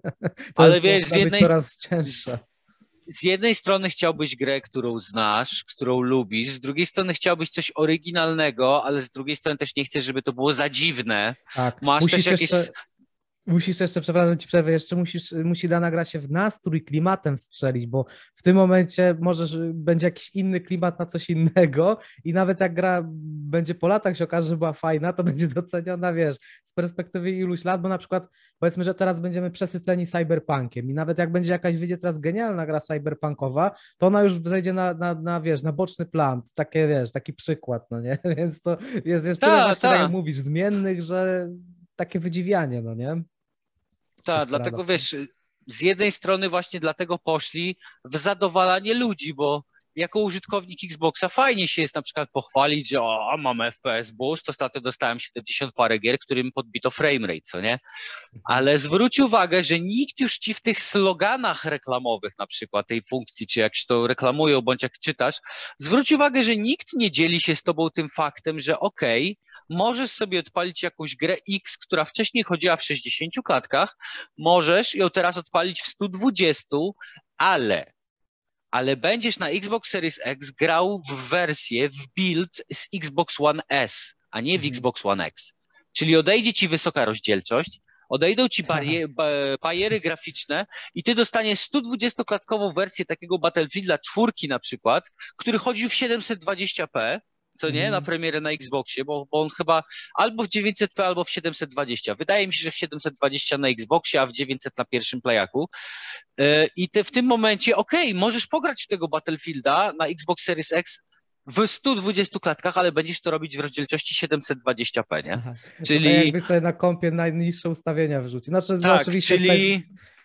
Speaker 1: To
Speaker 2: Ale
Speaker 1: jest,
Speaker 2: wiesz, z
Speaker 1: zaczyna być
Speaker 2: jednej,
Speaker 1: coraz
Speaker 2: z,
Speaker 1: cięższe.
Speaker 2: z jednej strony chciałbyś grę, którą znasz, którą lubisz, z drugiej strony chciałbyś coś oryginalnego, ale z drugiej strony też nie chcesz, żeby to było za dziwne.
Speaker 1: Tak,
Speaker 2: Masz też
Speaker 1: musisz
Speaker 2: jakieś...
Speaker 1: jeszcze Musisz jeszcze, przepraszam ci przerwę, jeszcze musisz, musi dana gra się w nastrój klimatem strzelić, bo w tym momencie możesz, będzie jakiś inny klimat na coś innego i nawet jak gra będzie po latach się okaże, że była fajna, to będzie doceniona, wiesz, z perspektywy iluś lat, bo na przykład powiedzmy, że teraz będziemy przesyceni cyberpunkiem i nawet jak będzie jakaś, wyjdzie teraz genialna gra cyberpunkowa, to ona już zejdzie na, na, na wiesz, na boczny plan, takie, wiesz, taki przykład, no nie, więc to jest, jest tyle
Speaker 2: Ta,
Speaker 1: właśnie, tak jak
Speaker 2: ta,
Speaker 1: mówisz, zmiennych, że takie wydziwianie, no nie? Się
Speaker 2: ta,
Speaker 1: wkrada
Speaker 2: dlatego
Speaker 1: w to.
Speaker 2: wiesz, z jednej strony właśnie dlatego poszli w zadowalanie ludzi, bo jako użytkownik Xboxa fajnie się jest na przykład pochwalić, że o, mam F P S boost, ostatnio dostałem siedemdziesiąt parę gier, którym podbito framerate, co nie?
Speaker 1: Mhm.
Speaker 2: Ale zwróć uwagę, że nikt już ci w tych sloganach reklamowych, na przykład tej funkcji, czy jak się to reklamują, bądź jak czytasz, zwróć uwagę, że nikt nie dzieli się z tobą tym faktem, że okej, okay, możesz sobie odpalić jakąś grę X, która wcześniej chodziła w sześćdziesięciu klatkach, możesz ją teraz odpalić w stu dwudziestu, ale ale będziesz na Xbox Series X grał w wersję, w build z Xbox One S, a nie w
Speaker 1: Mhm.
Speaker 2: Xbox One X. Czyli odejdzie ci wysoka rozdzielczość, Odejdą ci
Speaker 1: Tak.
Speaker 2: barie, ba, bariery graficzne i ty dostaniesz sto dwudziestoklatkową wersję takiego Battlefielda czwórki na przykład, który chodził w siedemset dwadzieścia p, co nie, na
Speaker 1: Mhm.
Speaker 2: premierę na Xboxie, bo, bo on chyba albo w dziewięćset p, albo w siedemset dwadzieścia. Wydaje mi się, że w siedemset dwadzieścia na Xboxie, a w dziewięćset na pierwszym playaku. Yy, I ty w tym momencie, okej, okay, możesz pograć w tego Battlefielda na Xbox Series X w stu dwudziestu klatkach, ale będziesz to robić w rozdzielczości siedemset dwadzieścia p, nie?
Speaker 1: Aha. To tak
Speaker 2: Czyli
Speaker 1: jakby sobie na kompie najniższe ustawienia wrzucić. Znaczy, no
Speaker 2: tak,
Speaker 1: oczywiście pe...
Speaker 2: czyli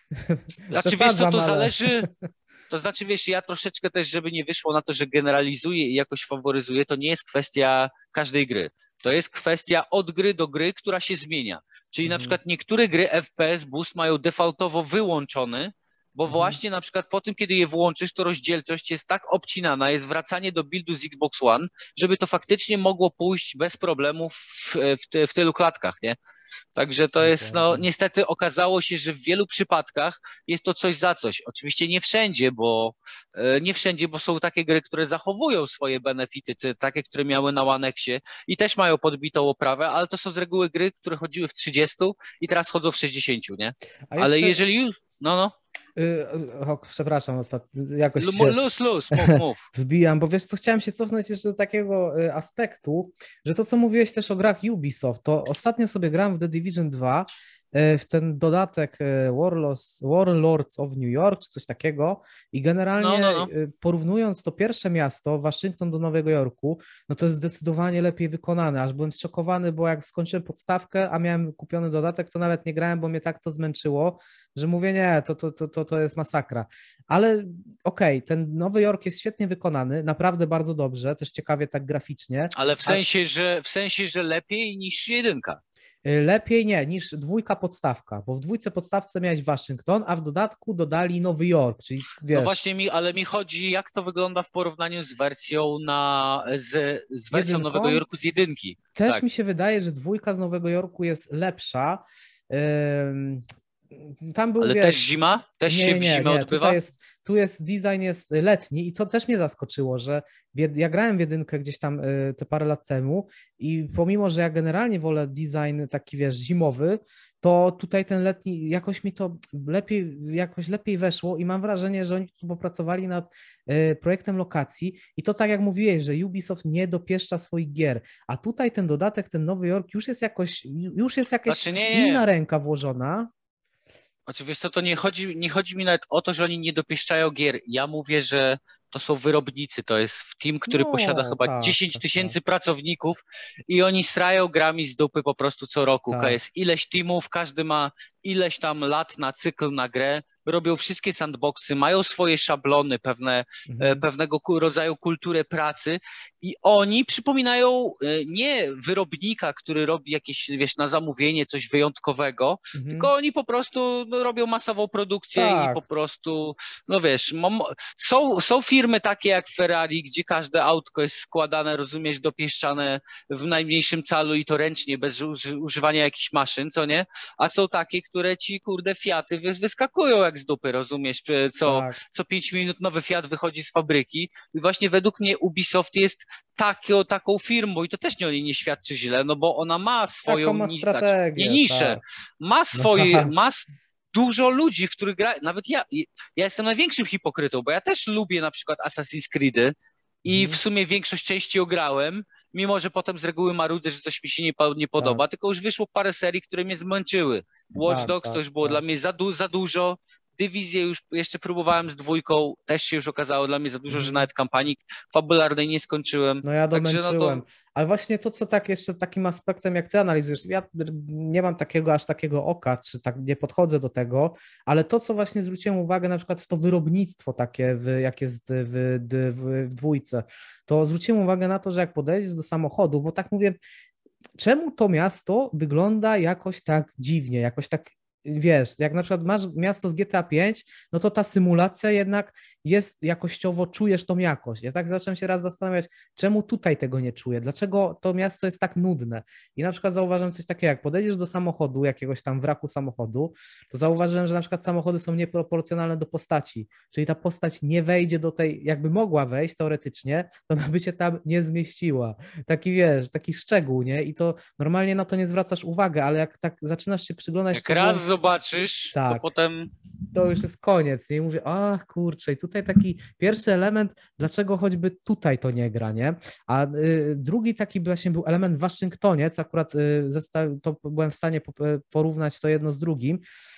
Speaker 2: znaczy wiesz co,
Speaker 1: przesadzam,
Speaker 2: to
Speaker 1: ale...
Speaker 2: zależy, to znaczy wiesz, ja troszeczkę też, żeby nie wyszło na to, że generalizuję i jakoś faworyzuję, to nie jest kwestia każdej gry. To jest kwestia od gry do gry, która się zmienia. Czyli na
Speaker 1: Mhm.
Speaker 2: przykład niektóre gry F P S Boost mają defaultowo wyłączony, bo
Speaker 1: Mhm.
Speaker 2: właśnie na przykład po tym, kiedy je włączysz, to rozdzielczość jest tak obcinana, jest wracanie do buildu z Xbox One, żeby to faktycznie mogło pójść bez problemów w, w, ty, w tylu klatkach, nie? Także to jest, no
Speaker 1: Dokładnie.
Speaker 2: niestety okazało się, że w wielu przypadkach jest to coś za coś. Oczywiście nie wszędzie, bo e, nie wszędzie, bo są takie gry, które zachowują swoje benefity, czy takie, które miały na One Xie i też mają podbitą oprawę, ale to są z reguły gry, które chodziły w trzydziestu i teraz chodzą w sześćdziesięciu, nie?
Speaker 1: A
Speaker 2: Ale
Speaker 1: jeszcze...
Speaker 2: jeżeli już, no no,
Speaker 1: Y, o, przepraszam, ostatnio jakoś
Speaker 2: Lu-
Speaker 1: się
Speaker 2: luz, luz, mów, mów.
Speaker 1: wbijam, bo wiesz co, chciałem się cofnąć jeszcze do takiego y, aspektu, że to, co mówiłeś też o grach Ubisoft, to ostatnio sobie grałem w The Division dwa, y, w ten dodatek y, Warlords, Warlords of New York, czy coś takiego i generalnie
Speaker 2: No, no, no.
Speaker 1: y, porównując to pierwsze miasto, Waszyngton do Nowego Jorku, no to jest zdecydowanie lepiej wykonane, aż byłem zszokowany, bo jak skończyłem podstawkę, a miałem kupiony dodatek, to nawet nie grałem, bo mnie tak to zmęczyło, że mówię, nie, to, to, to, to, to jest masakra. Ale okej, okay, ten Nowy Jork jest świetnie wykonany, naprawdę bardzo dobrze, też ciekawie tak graficznie.
Speaker 2: Ale w
Speaker 1: A
Speaker 2: sensie, że w sensie, że lepiej niż jedynka.
Speaker 1: lepiej nie, niż dwójka podstawka, bo w dwójce podstawce miałeś Waszyngton, a w dodatku dodali Nowy Jork, czyli wiesz...
Speaker 2: No właśnie mi, ale mi chodzi, jak to wygląda w porównaniu z wersją na, z, z wersją
Speaker 1: Jedynką?
Speaker 2: Nowego Jorku z jedynki.
Speaker 1: Też
Speaker 2: Tak.
Speaker 1: mi się wydaje, że dwójka z Nowego Jorku jest lepsza. Ym, Tam był,
Speaker 2: Ale
Speaker 1: wiesz,
Speaker 2: też zima? Też
Speaker 1: nie,
Speaker 2: się
Speaker 1: nie,
Speaker 2: w
Speaker 1: nie,
Speaker 2: zimę
Speaker 1: nie.
Speaker 2: odbywa?
Speaker 1: Tutaj jest, tu jest design jest letni i co też mnie zaskoczyło, że w, ja grałem w jedynkę gdzieś tam y, te parę lat temu i pomimo, że ja generalnie wolę design taki, wiesz, zimowy, to tutaj ten letni, jakoś mi to lepiej, jakoś lepiej weszło i mam wrażenie, że oni tu popracowali nad y, projektem lokacji i to tak jak mówiłeś, że Ubisoft nie dopieszcza swoich gier, a tutaj ten dodatek, ten Nowy Jork już jest jakoś, już jest jakaś
Speaker 2: Znaczy nie, nie.
Speaker 1: inna ręka włożona.
Speaker 2: Znaczy wiesz co, to nie chodzi, nie chodzi mi nawet o to, że oni nie dopieszczają gier. Ja mówię, że to są wyrobnicy, to jest team, który
Speaker 1: No,
Speaker 2: posiada chyba
Speaker 1: tak,
Speaker 2: dziesięć
Speaker 1: tak,
Speaker 2: tysięcy
Speaker 1: tak.
Speaker 2: pracowników i oni srają grami z dupy po prostu co roku.
Speaker 1: Tak.
Speaker 2: Jest ileś teamów, każdy ma ileś tam lat na cykl, na grę, robią wszystkie sandboxy, mają swoje szablony, pewne,
Speaker 1: Mhm.
Speaker 2: e, pewnego ku- rodzaju kulturę pracy i oni przypominają e, nie wyrobnika, który robi jakieś, wiesz, na zamówienie coś wyjątkowego,
Speaker 1: Mhm.
Speaker 2: tylko oni po prostu no, robią masową produkcję
Speaker 1: Tak.
Speaker 2: i po prostu, no wiesz, mom, są, są firmy takie jak Ferrari, gdzie każde autko jest składane, rozumiesz, dopieszczane w najmniejszym calu i to ręcznie, bez uży, używania jakichś maszyn, co nie? A są takie, które ci, kurde, Fiaty wys, wyskakują jak z dupy, rozumiesz, co,
Speaker 1: Tak.
Speaker 2: co pięć minut nowy Fiat wychodzi z fabryki i właśnie według mnie Ubisoft jest taką, taką firmą i to też nie o niej nie świadczy źle, no bo ona ma swoją
Speaker 1: Taką ma
Speaker 2: ni-
Speaker 1: strategię,
Speaker 2: nie niszę,
Speaker 1: tak.
Speaker 2: ma swoje,
Speaker 1: No.
Speaker 2: ma s- dużo ludzi, w których gra, nawet ja, ja jestem największym hipokrytą, bo ja też lubię na przykład Assassin's Creedy i
Speaker 1: Mhm.
Speaker 2: w sumie większość części ograłem, mimo że potem z reguły marudzę, że coś mi się nie, po- nie podoba, tylko już wyszło parę serii, które mnie zmęczyły. Watch
Speaker 1: Tak,
Speaker 2: Dogs
Speaker 1: tak,
Speaker 2: to już było
Speaker 1: tak.
Speaker 2: dla mnie za, du- za dużo, Dywizję już jeszcze próbowałem z dwójką, też się już okazało dla mnie za dużo, że
Speaker 1: Mhm.
Speaker 2: nawet kampanii fabularnej nie skończyłem.
Speaker 1: No ja
Speaker 2: Także no
Speaker 1: domęczyłem.
Speaker 2: to
Speaker 1: Ale właśnie to, co tak jeszcze takim aspektem, jak ty analizujesz, ja nie mam takiego aż takiego oka, czy tak nie podchodzę do tego, ale to, co właśnie zwróciłem uwagę na przykład w to wyrobnictwo takie, w, jak jest w, w, w dwójce, to zwróciłem uwagę na to, że jak podejdziesz do samochodu, bo tak mówię, czemu to miasto wygląda jakoś tak dziwnie, jakoś tak, wiesz, jak na przykład masz miasto z G T A pięć, no to ta symulacja jednak jest jakościowo, czujesz tą jakość. Ja tak zacząłem się raz zastanawiać, czemu tutaj tego nie czuję, dlaczego to miasto jest tak nudne. I na przykład zauważyłem coś takiego, jak podejdziesz do samochodu, jakiegoś tam wraku samochodu, to zauważyłem, że na przykład samochody są nieproporcjonalne do postaci, czyli ta postać nie wejdzie do tej, jakby mogła wejść teoretycznie, to ona by się tam nie zmieściła. Taki wiesz, taki szczegół, nie? I to normalnie na to nie zwracasz uwagi, ale jak tak zaczynasz się przyglądać
Speaker 2: Jak
Speaker 1: szczegółom,
Speaker 2: raz zobaczysz, to
Speaker 1: tak,
Speaker 2: potem
Speaker 1: to już jest koniec, nie? I mówię, ach kurczę, i tutaj taki pierwszy element, dlaczego choćby tutaj to nie gra, nie? A y, drugi taki właśnie był element w Waszyngtonie, co akurat y, zesta- to byłem w stanie po- porównać to jedno z drugim,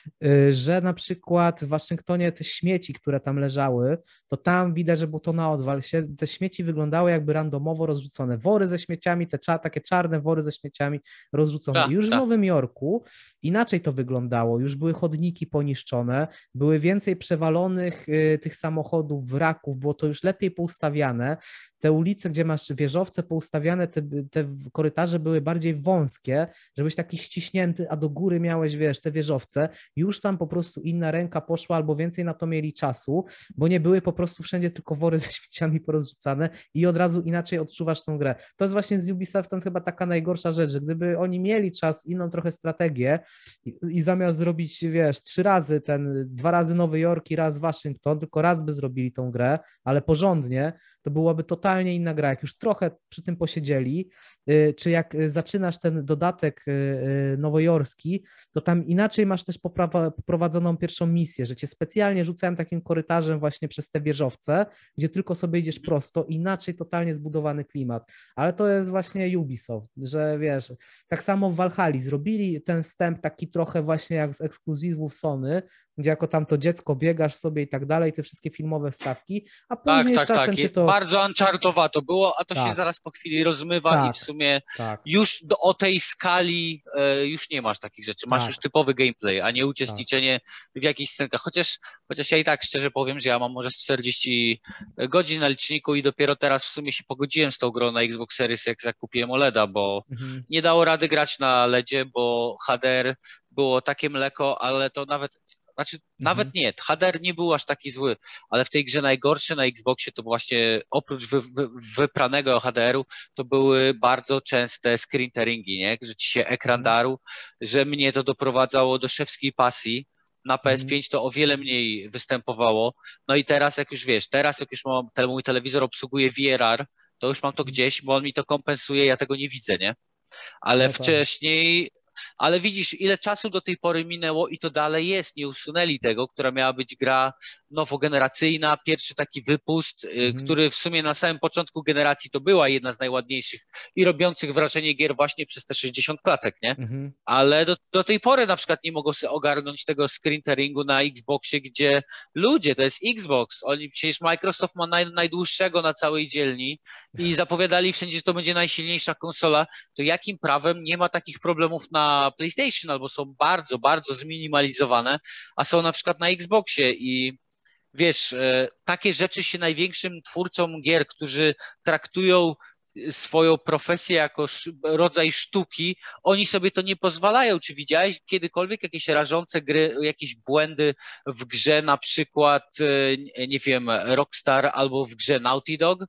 Speaker 1: y, że na przykład w Waszyngtonie te śmieci, które tam leżały, to tam widać, że było to na odwal się, te śmieci wyglądały jakby randomowo rozrzucone. Wory ze śmieciami, te cza- takie czarne wory ze śmieciami rozrzucone.
Speaker 2: ta,
Speaker 1: I już w
Speaker 2: ta.
Speaker 1: Nowym Jorku inaczej to wyglądało, już były chodniki poniszczone, były więcej przewalonych y, tych samochodów, wraków, było to już lepiej poustawiane. Te ulice, gdzie masz wieżowce poustawiane, te, te korytarze były bardziej wąskie, żebyś taki ściśnięty, a do góry miałeś, wiesz, te wieżowce. Już tam po prostu inna ręka poszła, albo więcej na to mieli czasu, bo nie były po prostu wszędzie tylko wory ze śmieciami porozrzucane i od razu inaczej odczuwasz tą grę. To jest właśnie z Ubisoftem chyba taka najgorsza rzecz, że gdyby oni mieli czas, inną trochę strategię i, i zamiast zrobić, wiesz, trzy razy ten, dwa razy Nowy Jork i raz Waszyngton, tylko raz by zrobili tą grę, ale porządnie, to byłaby totalnie inna gra. Jak już trochę przy tym posiedzieli, y, czy jak zaczynasz ten dodatek y, y, nowojorski, to tam inaczej masz też poprawa, poprowadzoną pierwszą misję, że cię specjalnie rzucałem takim korytarzem właśnie przez te wieżowce, gdzie tylko sobie idziesz prosto, inaczej totalnie zbudowany klimat. Ale to jest właśnie Ubisoft, że wiesz, tak samo w Valhalli zrobili ten wstęp taki trochę właśnie jak z ekskluzywów Sony, gdzie jako tam to dziecko biegasz sobie i tak dalej, te wszystkie filmowe wstawki, a
Speaker 2: Tak,
Speaker 1: później z
Speaker 2: tak,
Speaker 1: czasem
Speaker 2: tak.
Speaker 1: się
Speaker 2: I
Speaker 1: to...
Speaker 2: bardzo unchartowato było, a to się
Speaker 1: Tak,
Speaker 2: zaraz po chwili rozmywa i w
Speaker 1: tak,
Speaker 2: sumie
Speaker 1: tak,
Speaker 2: już do, o tej skali e, już nie masz takich rzeczy. Masz już
Speaker 1: tak,
Speaker 2: typowy gameplay, a nie
Speaker 1: tak.
Speaker 2: uczestniczenie w jakichś scenkach. Chociaż, chociaż ja i tak szczerze powiem, że ja mam może z czterdzieści godzin na liczniku i dopiero teraz w sumie się pogodziłem z tą grą na Xbox Series, jak zakupiłem OLEDa, bo
Speaker 1: Mhm.
Speaker 2: nie dało rady grać na ledzie, bo H D R było takie mleko, ale to nawet Znaczy,
Speaker 1: Mhm.
Speaker 2: nawet nie, H D R nie był aż taki zły, ale w tej grze najgorsze na Xboxie to właśnie oprócz wy, wy, wypranego H D R-u, to były bardzo częste screen tearingi, nie? Że ci się ekran
Speaker 1: Mhm.
Speaker 2: darł, że mnie to doprowadzało do szewskiej pasji. Na P S pięć to o wiele mniej występowało. No i teraz, jak już wiesz, teraz jak już mam, ten mój telewizor obsługuje V R R, to już mam to gdzieś, bo on mi to kompensuje, ja tego nie widzę, nie? Ale
Speaker 1: No tak.
Speaker 2: wcześniej, ale widzisz, ile czasu do tej pory minęło i to dalej jest, nie usunęli tego, która miała być gra nowogeneracyjna, pierwszy taki wypust, y,
Speaker 1: Mhm.
Speaker 2: który w sumie na samym początku generacji to była jedna z najładniejszych i robiących wrażenie gier właśnie przez te sześćdziesiąt klatek, nie?
Speaker 1: Mhm.
Speaker 2: Ale do, do tej pory na przykład nie mogą sobie ogarnąć tego screen tearingu na Xboxie, gdzie ludzie, to jest Xbox, oni przecież Microsoft ma naj, najdłuższego na całej dzielni i zapowiadali wszędzie, że to będzie najsilniejsza konsola, to jakim prawem nie ma takich problemów na PlayStation, albo są bardzo, bardzo zminimalizowane, a są na przykład na Xboxie i wiesz, e, takie rzeczy się największym twórcom gier, którzy traktują swoją profesję jako sz- rodzaj sztuki, oni sobie to nie pozwalają. Czy widziałeś kiedykolwiek jakieś rażące gry, jakieś błędy w grze, na przykład, e, nie nie wiem, Rockstar albo w grze Naughty Dog?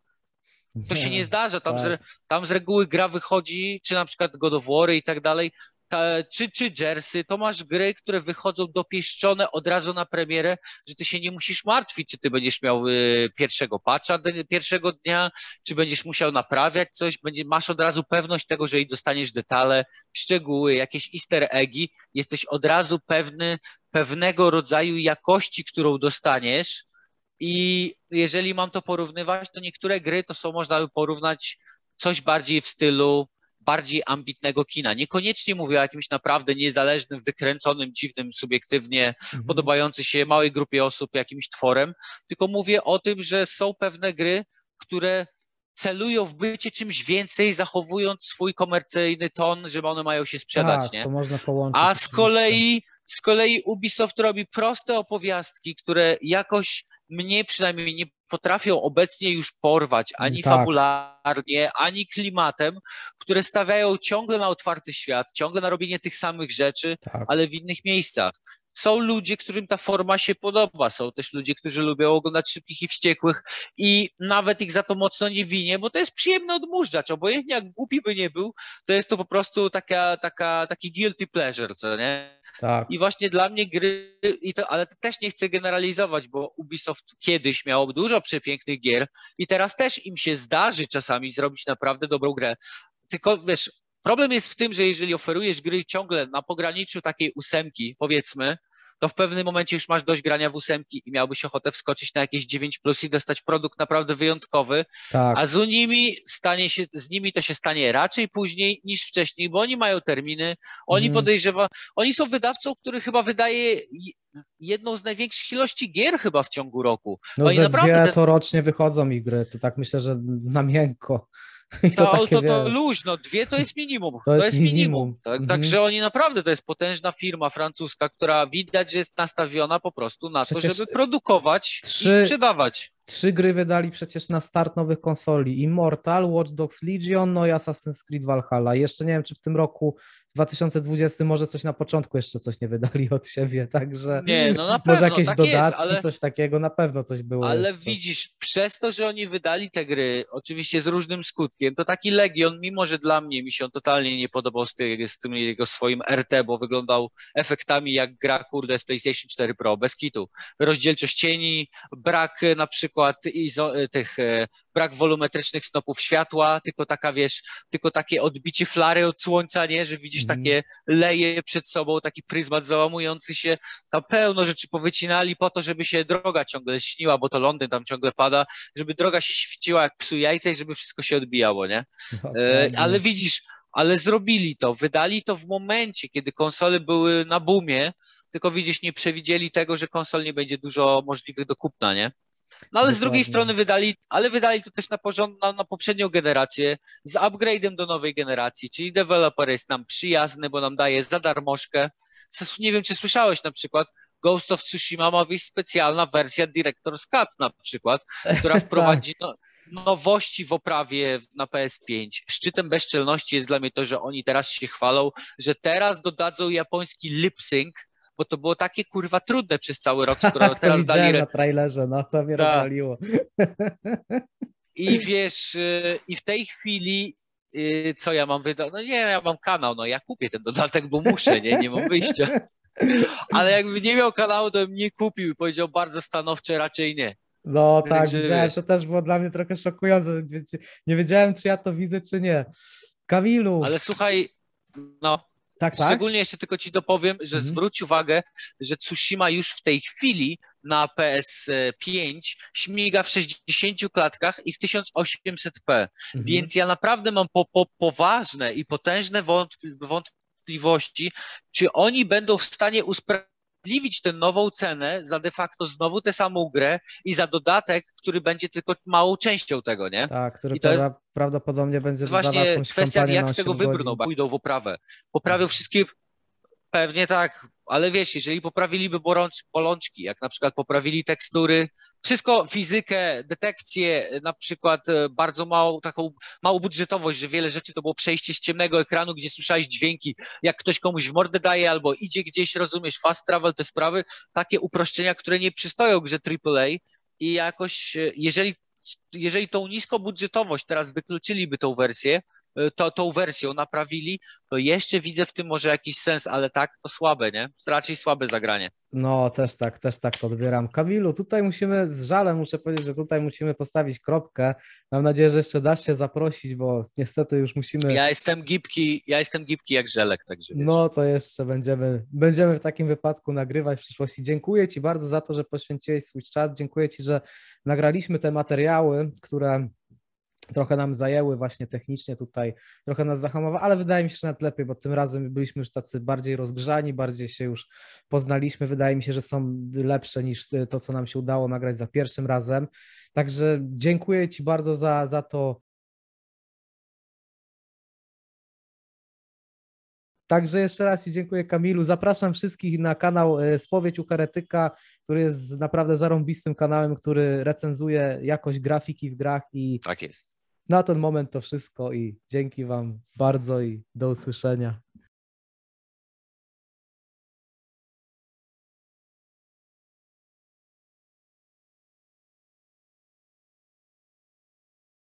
Speaker 2: To się nie
Speaker 1: Nie,
Speaker 2: zdarza. Tam z, re-
Speaker 1: tak.
Speaker 2: tam z reguły gra wychodzi, czy na przykład God of War i tak dalej, ta, czy, czy Jersey, to masz gry, które wychodzą dopieszczone od razu na premierę, że ty się nie musisz martwić, czy ty będziesz miał y, pierwszego patcha d- pierwszego dnia, czy będziesz musiał naprawiać coś, będzie, masz od razu pewność tego, że i dostaniesz detale, szczegóły, jakieś easter eggi, jesteś od razu pewny pewnego rodzaju jakości, którą dostaniesz, i jeżeli mam to porównywać, to niektóre gry to są, można by porównać coś bardziej w stylu bardziej ambitnego kina. Niekoniecznie mówię o jakimś naprawdę niezależnym, wykręconym, dziwnym, subiektywnie
Speaker 1: Mhm.
Speaker 2: podobający się małej grupie osób jakimś tworem, tylko mówię o tym, że są pewne gry, które celują w bycie czymś więcej, zachowując swój komercyjny ton, że one mają się sprzedać,
Speaker 1: Tak, to
Speaker 2: nie?
Speaker 1: można połączyć
Speaker 2: A z
Speaker 1: oczywiście.
Speaker 2: kolei, z kolei Ubisoft robi proste opowiastki, które jakoś mnie przynajmniej nie potrafią obecnie już porwać ani
Speaker 1: Tak,
Speaker 2: fabularnie, ani klimatem, które stawiają ciągle na otwarty świat, ciągle na robienie tych samych rzeczy,
Speaker 1: tak.
Speaker 2: ale w innych miejscach. Są ludzie, którym ta forma się podoba, są też ludzie, którzy lubią oglądać Szybkich i Wściekłych i nawet ich za to mocno nie winię, bo to jest przyjemny odmóżdżacz, obojętnie jak głupi by nie był, to jest to po prostu taka, taka, taki guilty pleasure, co nie?
Speaker 1: Tak.
Speaker 2: I właśnie dla mnie gry, i to, ale też nie chcę generalizować, bo Ubisoft kiedyś miało dużo przepięknych gier i teraz też im się zdarzy czasami zrobić naprawdę dobrą grę. Tylko wiesz, problem jest w tym, że jeżeli oferujesz gry ciągle na pograniczu takiej ósemki, powiedzmy, to w pewnym momencie już masz dość grania w ósemki i miałbyś ochotę wskoczyć na jakieś dziewięć plus i dostać produkt naprawdę wyjątkowy, a
Speaker 1: Tak.
Speaker 2: z nimi stanie się, z nimi to się stanie raczej później niż wcześniej, bo oni mają terminy, oni
Speaker 1: Mhm.
Speaker 2: podejrzewa, oni są wydawcą, który chyba wydaje jedną z największych ilości gier chyba w ciągu roku.
Speaker 1: No
Speaker 2: Oni
Speaker 1: ze
Speaker 2: naprawdę
Speaker 1: dwie
Speaker 2: ten,
Speaker 1: to rocznie wychodzą ich gry, to tak myślę, że na miękko. I to
Speaker 2: To,
Speaker 1: takie,
Speaker 2: to, to
Speaker 1: wiesz,
Speaker 2: luźno, dwie to jest minimum,
Speaker 1: to
Speaker 2: to
Speaker 1: jest
Speaker 2: jest minimum.
Speaker 1: minimum.
Speaker 2: Tak,
Speaker 1: Mhm.
Speaker 2: także oni naprawdę, to jest potężna firma francuska, która widać, że jest nastawiona po prostu na to,
Speaker 1: Przecież
Speaker 2: żeby produkować i
Speaker 1: trzy,
Speaker 2: sprzedawać.
Speaker 1: trzy gry wydali przecież na start nowych konsoli. Immortal, Watch Dogs Legion, no i Assassin's Creed Valhalla. Jeszcze nie wiem, czy w tym roku dwa tysiące dwudziestym może coś na początku jeszcze coś nie wydali od siebie, także
Speaker 2: Nie, no na
Speaker 1: może
Speaker 2: pewno,
Speaker 1: jakieś
Speaker 2: tak jest,
Speaker 1: dodatki,
Speaker 2: ale
Speaker 1: coś takiego, na pewno coś było
Speaker 2: Ale
Speaker 1: jeszcze.
Speaker 2: widzisz, przez to, że oni wydali te gry, oczywiście z różnym skutkiem, to taki Legion, mimo że dla mnie mi się on totalnie nie podobał z, ty, z tym jego swoim R T, bo wyglądał efektami jak gra, kurde, z PlayStation cztery Pro, bez kitu. Rozdzielczość cieni, brak e, na przykład izo, e, tych, e, brak wolumetrycznych snopów światła, tylko taka, wiesz, tylko takie odbicie flary od słońca, nie, że widzisz
Speaker 1: Mhm.
Speaker 2: takie leje przed sobą, taki pryzmat załamujący się, tam pełno rzeczy powycinali po to, żeby się droga ciągle śniła, bo to Londyn tam ciągle pada, żeby droga się świeciła jak psu jajca i żeby wszystko się odbijało, nie? E, Ale
Speaker 1: Dokładnie.
Speaker 2: widzisz, ale zrobili to, wydali to w momencie, kiedy konsole były na boomie, tylko widzisz, nie przewidzieli tego, że konsol nie będzie dużo możliwych do kupna, nie? No ale z drugiej
Speaker 1: Dokładnie.
Speaker 2: strony wydali, ale wydali to też na, porząd, na, na poprzednią generację z upgrade'em do nowej generacji, czyli deweloper jest nam przyjazny, bo nam daje za darmożkę. Nie wiem, czy słyszałeś na przykład, Ghost of Tsushima ma wyjść specjalna wersja Director's Cut na przykład, która
Speaker 1: Tak,
Speaker 2: wprowadzi no, nowości w oprawie na P S pięć. Szczytem bezczelności jest dla mnie to, że oni teraz się chwalą, że teraz dodadzą japoński lip sync, bo to było takie kurwa trudne przez cały rok, skoro
Speaker 1: tak, to
Speaker 2: teraz dali
Speaker 1: widziałem
Speaker 2: re...
Speaker 1: na trailerze, no to mnie
Speaker 2: Ta.
Speaker 1: rozwaliło.
Speaker 2: I wiesz, y, i w tej chwili y, co ja mam wydać? No nie, ja mam kanał, no ja kupię ten dodatek, bo muszę, nie, nie mam wyjścia. Ale jakby nie miał kanału, to bym nie kupił i powiedział bardzo stanowcze, raczej nie.
Speaker 1: No tak,
Speaker 2: Także
Speaker 1: widziałem,
Speaker 2: wiesz,
Speaker 1: to też było dla mnie trochę szokujące. Wiecie, nie wiedziałem, czy ja to widzę, czy nie. Kamilu,
Speaker 2: ale słuchaj, no,
Speaker 1: tak, tak?
Speaker 2: szczególnie jeszcze tylko ci dopowiem, że
Speaker 1: Mhm.
Speaker 2: zwróć uwagę, że Tsushima już w tej chwili na P S pięć śmiga w sześćdziesięciu klatkach i w tysiąc osiemset p.
Speaker 1: Mhm.
Speaker 2: Więc ja naprawdę mam po, po, poważne i potężne wątp- wątpliwości, czy oni będą w stanie usprawiedliwić tę nową cenę za de facto znowu tę samą grę i za dodatek, który będzie tylko małą częścią tego, nie?
Speaker 1: Tak, który
Speaker 2: I to jest
Speaker 1: prawda, prawdopodobnie będzie
Speaker 2: jest
Speaker 1: dodawał
Speaker 2: właśnie
Speaker 1: jakąś
Speaker 2: kwestia,
Speaker 1: kampanię
Speaker 2: jak
Speaker 1: na
Speaker 2: z tego
Speaker 1: osiem
Speaker 2: wybrną,
Speaker 1: godzin.
Speaker 2: bo pójdą w oprawę. Poprawią wszystkie, pewnie tak, ale wiesz, jeżeli poprawiliby bolącz, bolączki, jak na przykład poprawili tekstury, wszystko, fizykę, detekcję, na przykład e, bardzo małą, taką małą budżetowość, że wiele rzeczy to było przejście z ciemnego ekranu, gdzie słyszałeś dźwięki, jak ktoś komuś w mordę daje albo idzie gdzieś, rozumiesz, fast travel, te sprawy, takie uproszczenia, które nie przystoją grze triple A i jakoś, e, jeżeli jeżeli tą niskobudżetowość teraz wykluczyliby tą wersję, y, to, tą wersją naprawili, to jeszcze widzę w tym może jakiś sens, ale tak to słabe, nie? Raczej słabe zagranie.
Speaker 1: No, też tak, też tak to odbieram. Kamilu, tutaj musimy, z żalem muszę powiedzieć, że tutaj musimy postawić kropkę. Mam nadzieję, że jeszcze dasz się zaprosić, bo niestety już musimy.
Speaker 2: Ja jestem gibki, ja jestem gibki jak żelek, także wiesz.
Speaker 1: No to jeszcze będziemy, będziemy w takim wypadku nagrywać w przyszłości. Dziękuję Ci bardzo za to, że poświęciłeś swój czas. Dziękuję Ci, że nagraliśmy te materiały, które trochę nam zajęły właśnie technicznie tutaj, trochę nas zahamowały, ale wydaje mi się, że nawet lepiej, bo tym razem byliśmy już tacy bardziej rozgrzani, bardziej się już poznaliśmy. Wydaje mi się, że są lepsze niż to, co nam się udało nagrać za pierwszym razem. Także dziękuję Ci bardzo za, za to. Także jeszcze raz Ci dziękuję, Kamilu. Zapraszam wszystkich na kanał e, Spowiedź u Heretyka, który jest naprawdę zarąbistym kanałem, który recenzuje jakość grafiki w grach i
Speaker 2: Tak jest.
Speaker 1: na ten moment to wszystko i dzięki Wam bardzo i do usłyszenia.